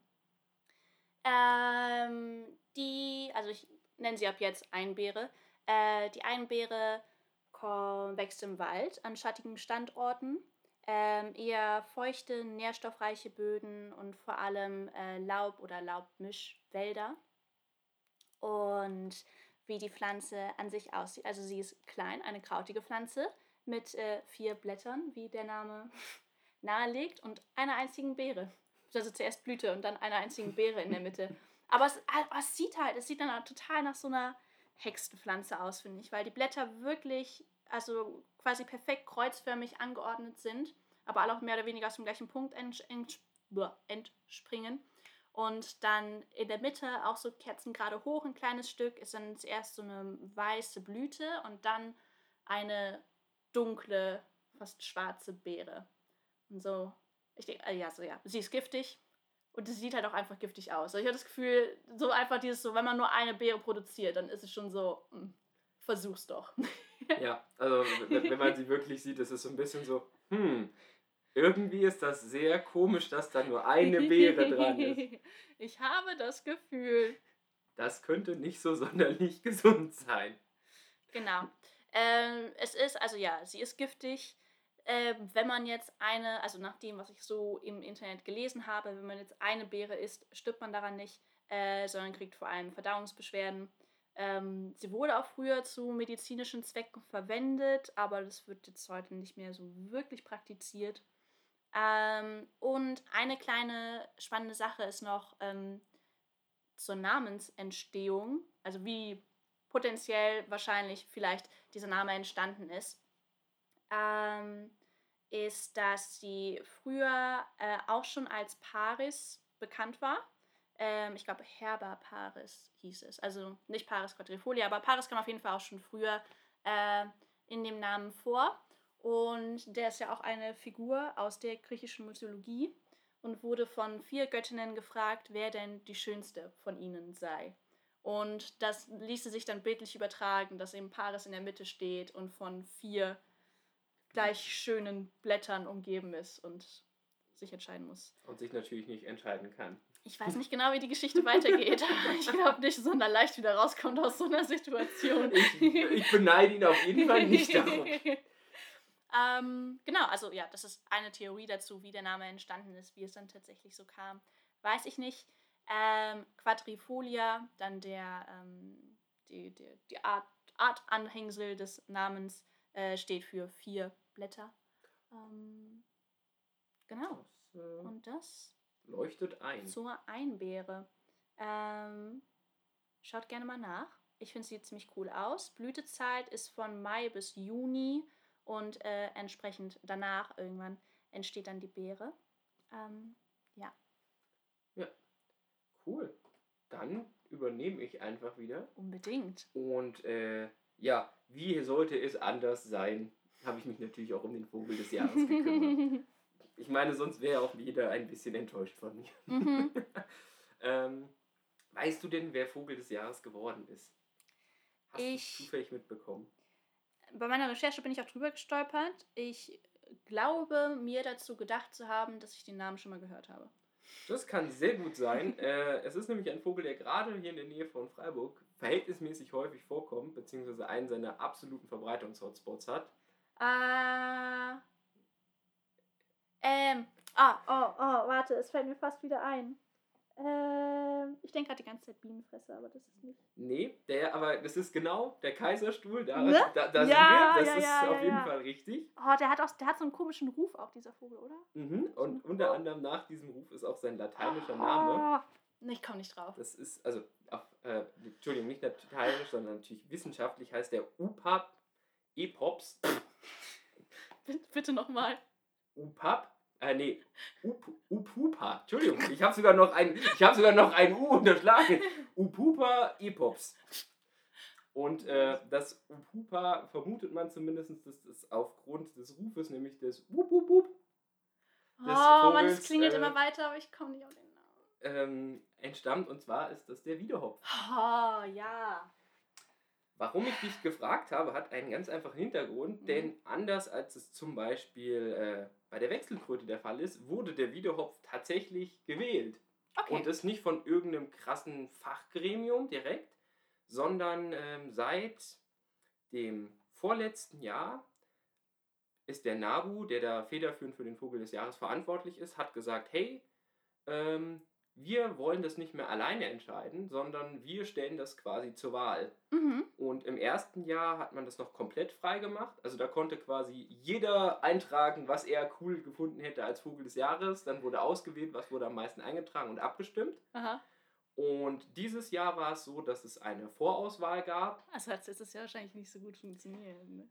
Also ich nenne sie ab jetzt Einbeere. Die Einbeere wächst im Wald an schattigen Standorten. Eher feuchte, nährstoffreiche Böden und vor allem Laub- oder Laubmischwälder. Und wie die Pflanze an sich aussieht. Also sie ist klein, eine krautige Pflanze mit 4 Blättern, wie der Name nahelegt, und einer einzigen Beere. Also zuerst Blüte und dann einer einzigen Beere in der Mitte. Aber es sieht dann total nach so einer Hexenpflanze aus, finde ich, weil die Blätter wirklich, also quasi perfekt kreuzförmig angeordnet sind, aber alle auch mehr oder weniger aus dem gleichen Punkt entspringen. Und dann in der Mitte auch so kerzengerade hoch ein kleines Stück ist dann zuerst so eine weiße Blüte und dann eine dunkle, fast schwarze Beere. Und so, ich denke, sie ist giftig und sie sieht halt auch einfach giftig aus. Also ich habe das Gefühl, so einfach wenn man nur eine Beere produziert, dann ist es schon so, versuch's doch. Ja, also wenn man sie wirklich sieht, ist es so ein bisschen so, irgendwie ist das sehr komisch, dass da nur eine Beere dran ist. Ich habe das Gefühl. Das könnte nicht so sonderlich gesund sein. Genau. Sie ist giftig. Wenn man jetzt also nach dem, was ich so im Internet gelesen habe, wenn man jetzt eine Beere isst, stirbt man daran nicht, sondern kriegt vor allem Verdauungsbeschwerden. Sie wurde auch früher zu medizinischen Zwecken verwendet, aber das wird jetzt heute nicht mehr so wirklich praktiziert. Und eine kleine spannende Sache ist noch zur Namensentstehung, also wie potenziell wahrscheinlich vielleicht dieser Name entstanden ist, ist, dass sie früher auch schon als Paris bekannt war. Ich glaube, Herba Paris hieß es. Also nicht Paris quadrifolia, aber Paris kam auf jeden Fall auch schon früher in dem Namen vor. Und der ist ja auch eine Figur aus der griechischen Mythologie und wurde von 4 Göttinnen gefragt, wer denn die schönste von ihnen sei. Und das ließe sich dann bildlich übertragen, dass eben Paris in der Mitte steht und von 4 gleich schönen Blättern umgeben ist und sich entscheiden muss. Und sich natürlich nicht entscheiden kann. Ich weiß nicht genau, wie die Geschichte weitergeht. Ich glaube nicht, dass er leicht wieder rauskommt aus so einer Situation. Ich beneide ihn auf jeden Fall nicht darum. Genau, also ja, das ist eine Theorie dazu, wie der Name entstanden ist, wie es dann tatsächlich so kam. Weiß ich nicht. Quadrifolia, dann die Artanhängsel des Namens steht für 4 Blätter. Genau. Und das leuchtet ein. Zur Einbeere. Schaut gerne mal nach. Ich finde, es sieht ziemlich cool aus. Blütezeit ist von Mai bis Juni und entsprechend danach irgendwann entsteht dann die Beere. Ja. Ja, cool. Dann übernehme ich einfach wieder. Unbedingt. Und ja, wie sollte es anders sein, habe ich mich natürlich auch um den Vogel des Jahres gekümmert. Ich meine, sonst wäre auch jeder ein bisschen enttäuscht von mir. Mhm. Weißt du denn, wer Vogel des Jahres geworden ist? Hast du zufällig mitbekommen? Bei meiner Recherche bin ich auch drüber gestolpert. Ich glaube, mir dazu gedacht zu haben, dass ich den Namen schon mal gehört habe. Das kann sehr gut sein. Es ist nämlich ein Vogel, der gerade hier in der Nähe von Freiburg verhältnismäßig häufig vorkommt, beziehungsweise einen seiner absoluten Verbreitungshotspots hat. Warte, es fällt mir fast wieder ein. Ich denke gerade die ganze Zeit Bienenfresser, aber das ist nicht. Nee, aber das ist genau der Kaiserstuhl, da Ne? sind wir. Das ist auf jeden Fall richtig. Oh, der hat so einen komischen Ruf auch, dieser Vogel, oder? Mhm. Und unter anderem nach diesem Ruf ist auch sein lateinischer Name. Ich komme nicht drauf. Das ist, also, Entschuldigung, nicht lateinisch, sondern natürlich wissenschaftlich heißt der Upap epops. Bitte nochmal. Upap? Upupa. Entschuldigung, ich habe sogar noch ein U unterschlagen. Upupa epops. Und das Upupa vermutet man zumindest, dass das aufgrund des Rufes, nämlich des Wup, Man, es klingelt immer weiter, aber ich komme nicht auf den Namen. Entstammt, und zwar ist das der Wiedehopf. Oh, ja. Warum ich dich gefragt habe, hat einen ganz einfachen Hintergrund, denn anders als es zum Beispiel bei der Wechselkröte der Fall ist, wurde der Wiedehopf tatsächlich gewählt. Okay. Und das nicht von irgendeinem krassen Fachgremium direkt, sondern seit dem vorletzten Jahr ist der NABU, der da federführend für den Vogel des Jahres verantwortlich ist, hat gesagt, hey, wir wollen das nicht mehr alleine entscheiden, sondern wir stellen das quasi zur Wahl. Mhm. Und im ersten Jahr hat man das noch komplett frei gemacht. Also da konnte quasi jeder eintragen, was er cool gefunden hätte als Vogel des Jahres. Dann wurde ausgewählt, was wurde am meisten eingetragen und abgestimmt. Aha. Und dieses Jahr war es so, dass es eine Vorauswahl gab. Also hat es ja wahrscheinlich nicht so gut funktioniert. Ne?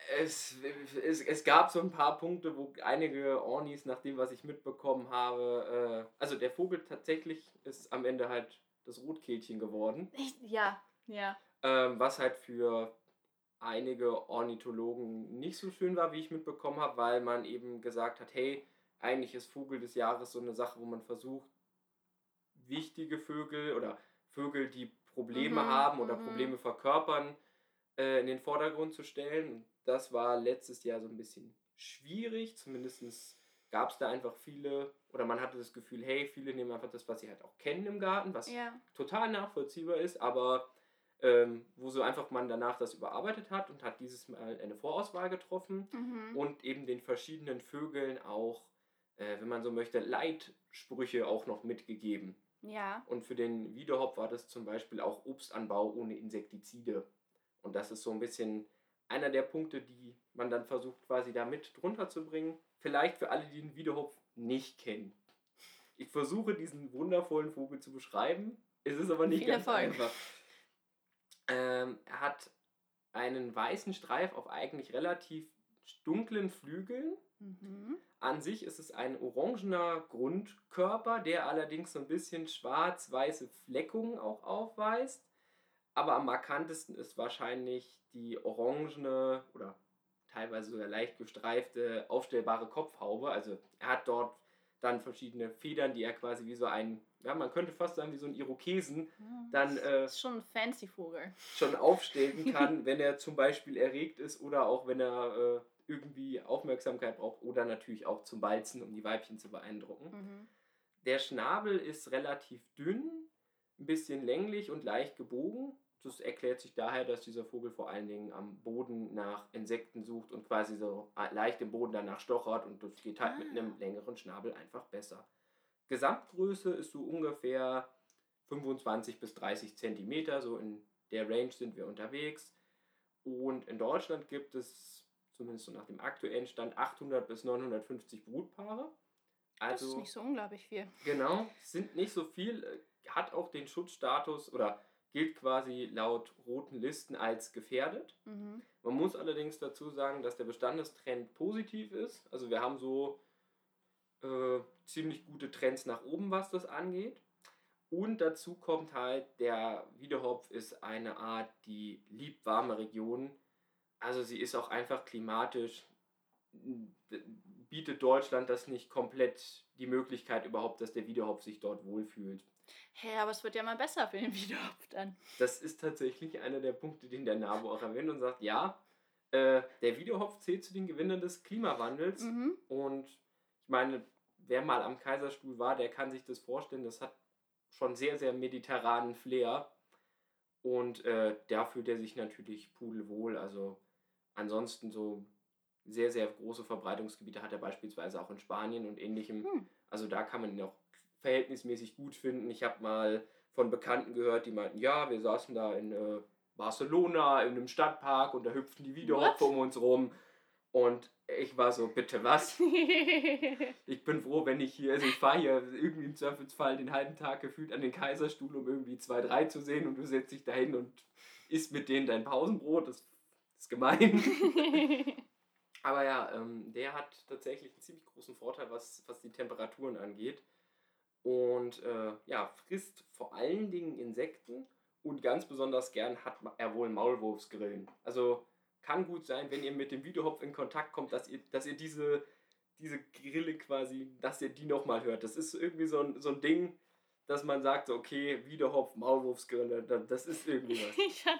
Es gab so ein paar Punkte, wo einige Ornis, nach dem, was ich mitbekommen habe, also der Vogel tatsächlich ist am Ende halt das Rotkehlchen geworden. Ja. Was halt für einige Ornithologen nicht so schön war, wie ich mitbekommen habe, weil man eben gesagt hat, hey, eigentlich ist Vogel des Jahres so eine Sache, wo man versucht, wichtige Vögel oder Vögel, die Probleme haben oder Probleme verkörpern, in den Vordergrund zu stellen. Und das war letztes Jahr so ein bisschen schwierig. Zumindest gab es da einfach viele, oder man hatte das Gefühl, hey, viele nehmen einfach das, was sie halt auch kennen im Garten, was total nachvollziehbar ist, aber wo so einfach man danach das überarbeitet hat und hat dieses Mal eine Vorauswahl getroffen und eben den verschiedenen Vögeln auch, wenn man so möchte, Leitsprüche auch noch mitgegeben. Ja. Und für den Wiedehopf war das zum Beispiel auch Obstanbau ohne Insektizide. Und das ist so ein bisschen einer der Punkte, die man dann versucht quasi da mit drunter zu bringen. Vielleicht für alle, die den Wiedehopf nicht kennen. Ich versuche diesen wundervollen Vogel zu beschreiben. Es ist aber nicht ganz einfach. Er hat einen weißen Streif auf eigentlich relativ dunklen Flügeln. An sich ist es ein orangener Grundkörper, der allerdings so ein bisschen schwarz-weiße Fleckungen auch aufweist. Aber am markantesten ist wahrscheinlich die orangene oder teilweise sogar leicht gestreifte aufstellbare Kopfhaube. Also er hat dort dann verschiedene Federn, die er quasi wie so ein, ja, man könnte fast sagen, wie so ein Irokesen, Ja, dann das ist schon ein fancy Vogel. schon aufstellen kann, wenn er zum Beispiel erregt ist oder auch wenn er irgendwie Aufmerksamkeit braucht oder natürlich auch zum Balzen, um die Weibchen zu beeindrucken. Mhm. Der Schnabel ist relativ dünn, ein bisschen länglich und leicht gebogen. Das erklärt sich daher, dass dieser Vogel vor allen Dingen am Boden nach Insekten sucht und quasi so leicht im Boden danach stochert und das geht halt mit einem längeren Schnabel einfach besser. Gesamtgröße ist so ungefähr 25 bis 30 Zentimeter, so in der Range sind wir unterwegs. Und in Deutschland gibt es, zumindest so nach dem aktuellen Stand, 800 bis 950 Brutpaare. Also, das ist nicht so unglaublich viel. Genau, sind nicht so viel, hat auch den Schutzstatus oder gilt quasi laut roten Listen als gefährdet. Mhm. Man muss allerdings dazu sagen, dass der Bestandestrend positiv ist. Also wir haben so ziemlich gute Trends nach oben, was das angeht. Und dazu kommt halt, der Wiedehopf ist eine Art, die liebt warme Regionen. Also sie ist auch einfach klimatisch, bietet Deutschland das nicht komplett die Möglichkeit überhaupt, dass der Wiedehopf sich dort wohlfühlt. Hä, aber es wird ja mal besser für den Wiedehopf dann. Das ist tatsächlich einer der Punkte, den der NABU auch erwähnt und sagt, ja, der Wiedehopf zählt zu den Gewinnern des Klimawandels. Mhm. Und ich meine, wer mal am Kaiserstuhl war, der kann sich das vorstellen, das hat schon sehr, sehr mediterranen Flair. Und da fühlt er sich natürlich pudelwohl. Also ansonsten so sehr, sehr große Verbreitungsgebiete hat er beispielsweise auch in Spanien und ähnlichem. Also da kann man ihn auch verhältnismäßig gut finden. Ich habe mal von Bekannten gehört, die meinten, ja, wir saßen da in Barcelona in einem Stadtpark und da hüpften die Wiedehopfe um uns rum. Und ich war so, bitte was? Ich bin froh, wenn ich hier, also ich fahre hier irgendwie im Zweifelsfall den halben Tag gefühlt an den Kaiserstuhl, um irgendwie 2, 3 zu sehen und du setzt dich dahin und isst mit denen dein Pausenbrot. Das ist gemein. Aber ja, der hat tatsächlich einen ziemlich großen Vorteil, was die Temperaturen angeht. Und ja, frisst vor allen Dingen Insekten und ganz besonders gern hat er wohl Maulwurfsgrillen. Also kann gut sein, wenn ihr mit dem Wiedehopf in Kontakt kommt, dass ihr diese Grille quasi, dass ihr die nochmal hört. Das ist irgendwie so ein Ding, dass man sagt, so, okay, Wiedehopf, Maulwurfsgrille, das ist irgendwie was.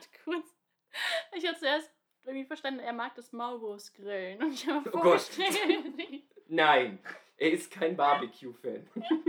Ich hatte zuerst irgendwie verstanden, er mag das Maulwurfsgrillen. Und ich habe mir Oh Gott. vorgestellt. Nein, er ist kein Barbecue-Fan.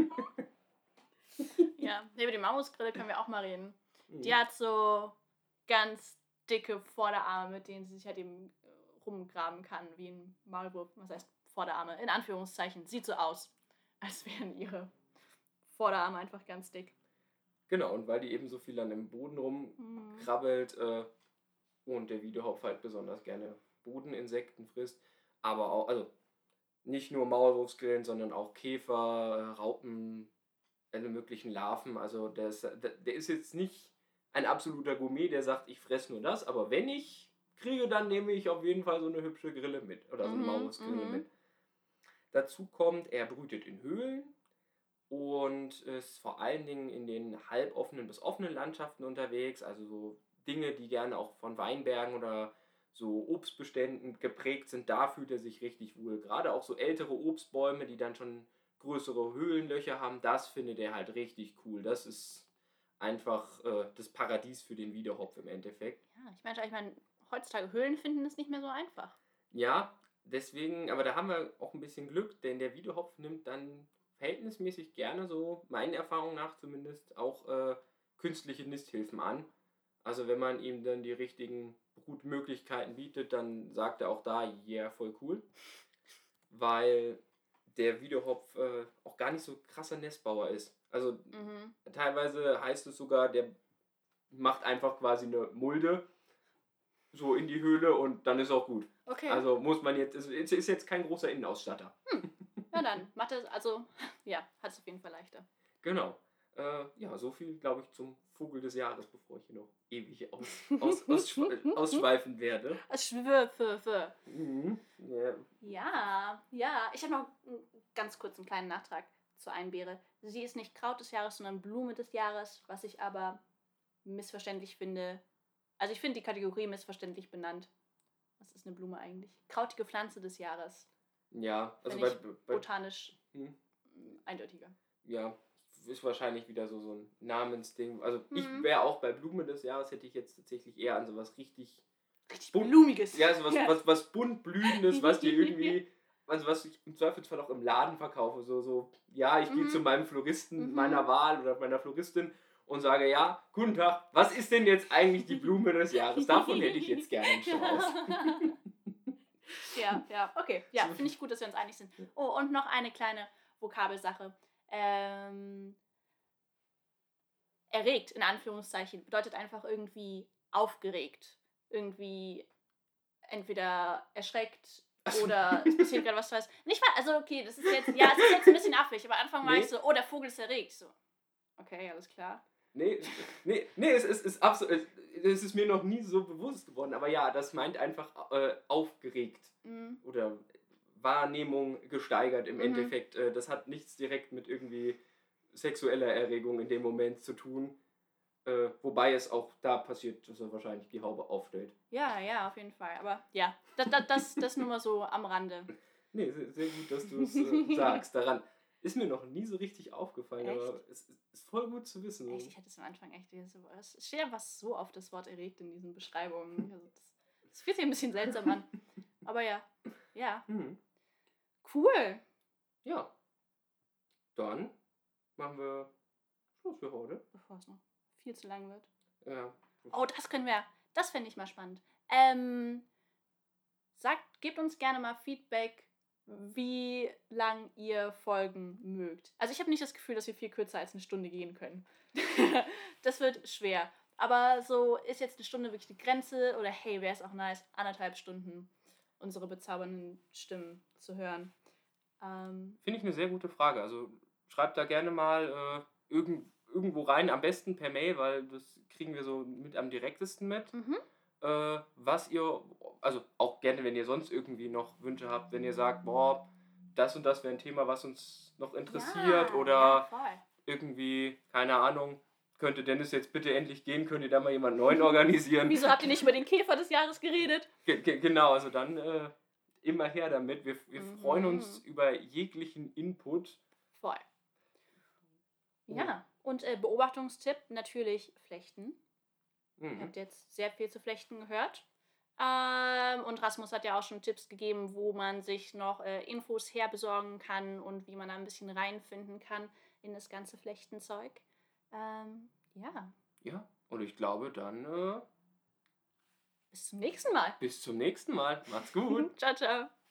Ja, über die Maulwurfsgrille können wir auch mal reden. Die hat so ganz dicke Vorderarme, mit denen sie sich halt eben rumgraben kann, wie ein Maulwurf. Was heißt Vorderarme? In Anführungszeichen. Sieht so aus, als wären ihre Vorderarme einfach ganz dick. Genau, und weil die eben so viel an dem Boden rumkrabbelt und der Wiedehopf halt besonders gerne Bodeninsekten frisst, aber auch, also nicht nur Maulwurfsgrillen, sondern auch Käfer, Raupen, alle möglichen Larven. Also der ist jetzt nicht ein absoluter Gourmet, der sagt, ich fresse nur das, aber wenn ich kriege, dann nehme ich auf jeden Fall so eine hübsche Grille mit oder so eine Maulwurfsgrille mit. Dazu kommt, er brütet in Höhlen und ist vor allen Dingen in den halboffenen bis offenen Landschaften unterwegs, also so Dinge, die gerne auch von Weinbergen oder so Obstbeständen geprägt sind, da fühlt er sich richtig wohl. Gerade auch so ältere Obstbäume, die dann schon größere Höhlenlöcher haben, das findet er halt richtig cool. Das ist einfach das Paradies für den Wiedehopf im Endeffekt. Ja, ich meine, heutzutage Höhlen finden ist nicht mehr so einfach. Ja, deswegen, aber da haben wir auch ein bisschen Glück, denn der Wiedehopf nimmt dann verhältnismäßig gerne so, meinen Erfahrungen nach zumindest, auch künstliche Nisthilfen an. Also wenn man ihm dann die richtigen Brutmöglichkeiten bietet, dann sagt er auch da, yeah, voll cool. Weil der Wiedehopf auch gar nicht so krasser Nestbauer ist. Also teilweise heißt es sogar, der macht einfach quasi eine Mulde so in die Höhle und dann ist auch gut. Okay. Also muss man jetzt, es ist jetzt kein großer Innenausstatter. Na dann, macht es, also, ja, hat es auf jeden Fall leichter. Genau. Ja, so viel, glaube ich, zum Vogel des Jahres, bevor ich hier noch ewig ausschweifen werde. Ja. Ich habe noch ganz kurz einen kleinen Nachtrag zur Einbeere. Sie ist nicht Kraut des Jahres, sondern Blume des Jahres, was ich aber missverständlich finde. Also ich finde die Kategorie missverständlich benannt. Was ist eine Blume eigentlich? Krautige Pflanze des Jahres. Ja, also bei botanisch eindeutiger. Ja, ist wahrscheinlich wieder so ein Namensding. Also ich wäre auch bei Blume des Jahres, hätte ich jetzt tatsächlich eher an sowas richtig Blumiges. Ja, sowas was buntblühendes, was dir irgendwie, also was ich im Zweifelsfall auch im Laden verkaufe. Ja, ich gehe zu meinem Floristen meiner Wahl oder meiner Floristin und sage, ja, guten Tag, was ist denn jetzt eigentlich die Blume des Jahres? Davon hätte ich jetzt gerne einen Strauß. Ja, okay. Ja, finde ich gut, dass wir uns einig sind. Oh, und noch eine kleine Vokabelsache. Erregt, in Anführungszeichen, bedeutet einfach irgendwie aufgeregt. Irgendwie entweder erschreckt oder es passiert gerade was Tolles. Nicht mal, also okay, das ist jetzt ein bisschen affig, aber am Anfang war ich so, oh, der Vogel ist erregt. So, okay, alles klar. Nee, es ist absolut, es ist mir noch nie so bewusst geworden, aber ja, das meint einfach aufgeregt oder Wahrnehmung gesteigert im Endeffekt. Das hat nichts direkt mit irgendwie sexueller Erregung in dem Moment zu tun. Wobei es auch da passiert, dass er wahrscheinlich die Haube aufstellt. Ja, auf jeden Fall. Aber ja, das nur mal so am Rande. Nee, sehr gut, dass du es sagst. Daran ist mir noch nie so richtig aufgefallen, echt? Aber es ist voll gut zu wissen. Echt? Ich hätte es am Anfang echt so. Es steht einfach so oft das Wort erregt in diesen Beschreibungen. Also das fühlt sich ein bisschen seltsam an. Aber ja. Cool. Ja. Dann machen wir Schluss für heute. Bevor es noch viel zu lang wird. Ja. Oh, das fände ich mal spannend. Gebt uns gerne mal Feedback, wie lang ihr Folgen mögt. Also ich habe nicht das Gefühl, dass wir viel kürzer als eine Stunde gehen können. Das wird schwer. Aber so, ist jetzt eine Stunde wirklich die Grenze? Oder hey, wäre es auch nice, 1,5 Stunden unsere bezaubernden Stimmen zu hören? Finde ich eine sehr gute Frage. Also schreibt da gerne mal irgendwo rein, am besten per Mail, weil das kriegen wir so mit am direktesten mit. Was ihr, also auch gerne, wenn ihr sonst irgendwie noch Wünsche habt, wenn ihr sagt, boah, das und das wäre ein Thema, was uns noch interessiert oder irgendwie, keine Ahnung, könnte Dennis jetzt bitte endlich gehen, könnt ihr da mal jemanden neuen organisieren. Wieso habt ihr nicht über den Käfer des Jahres geredet? Genau, also dann immer her damit. Wir freuen uns über jeglichen Input. Voll. Ja, und Beobachtungstipp, natürlich Flechten. Ihr habt jetzt sehr viel zu Flechten gehört. Und Rasmus hat ja auch schon Tipps gegeben, wo man sich noch Infos herbesorgen kann und wie man da ein bisschen reinfinden kann in das ganze Flechtenzeug. Ja, und ich glaube dann bis zum nächsten Mal. Bis zum nächsten Mal. Macht's gut. Ciao, ciao.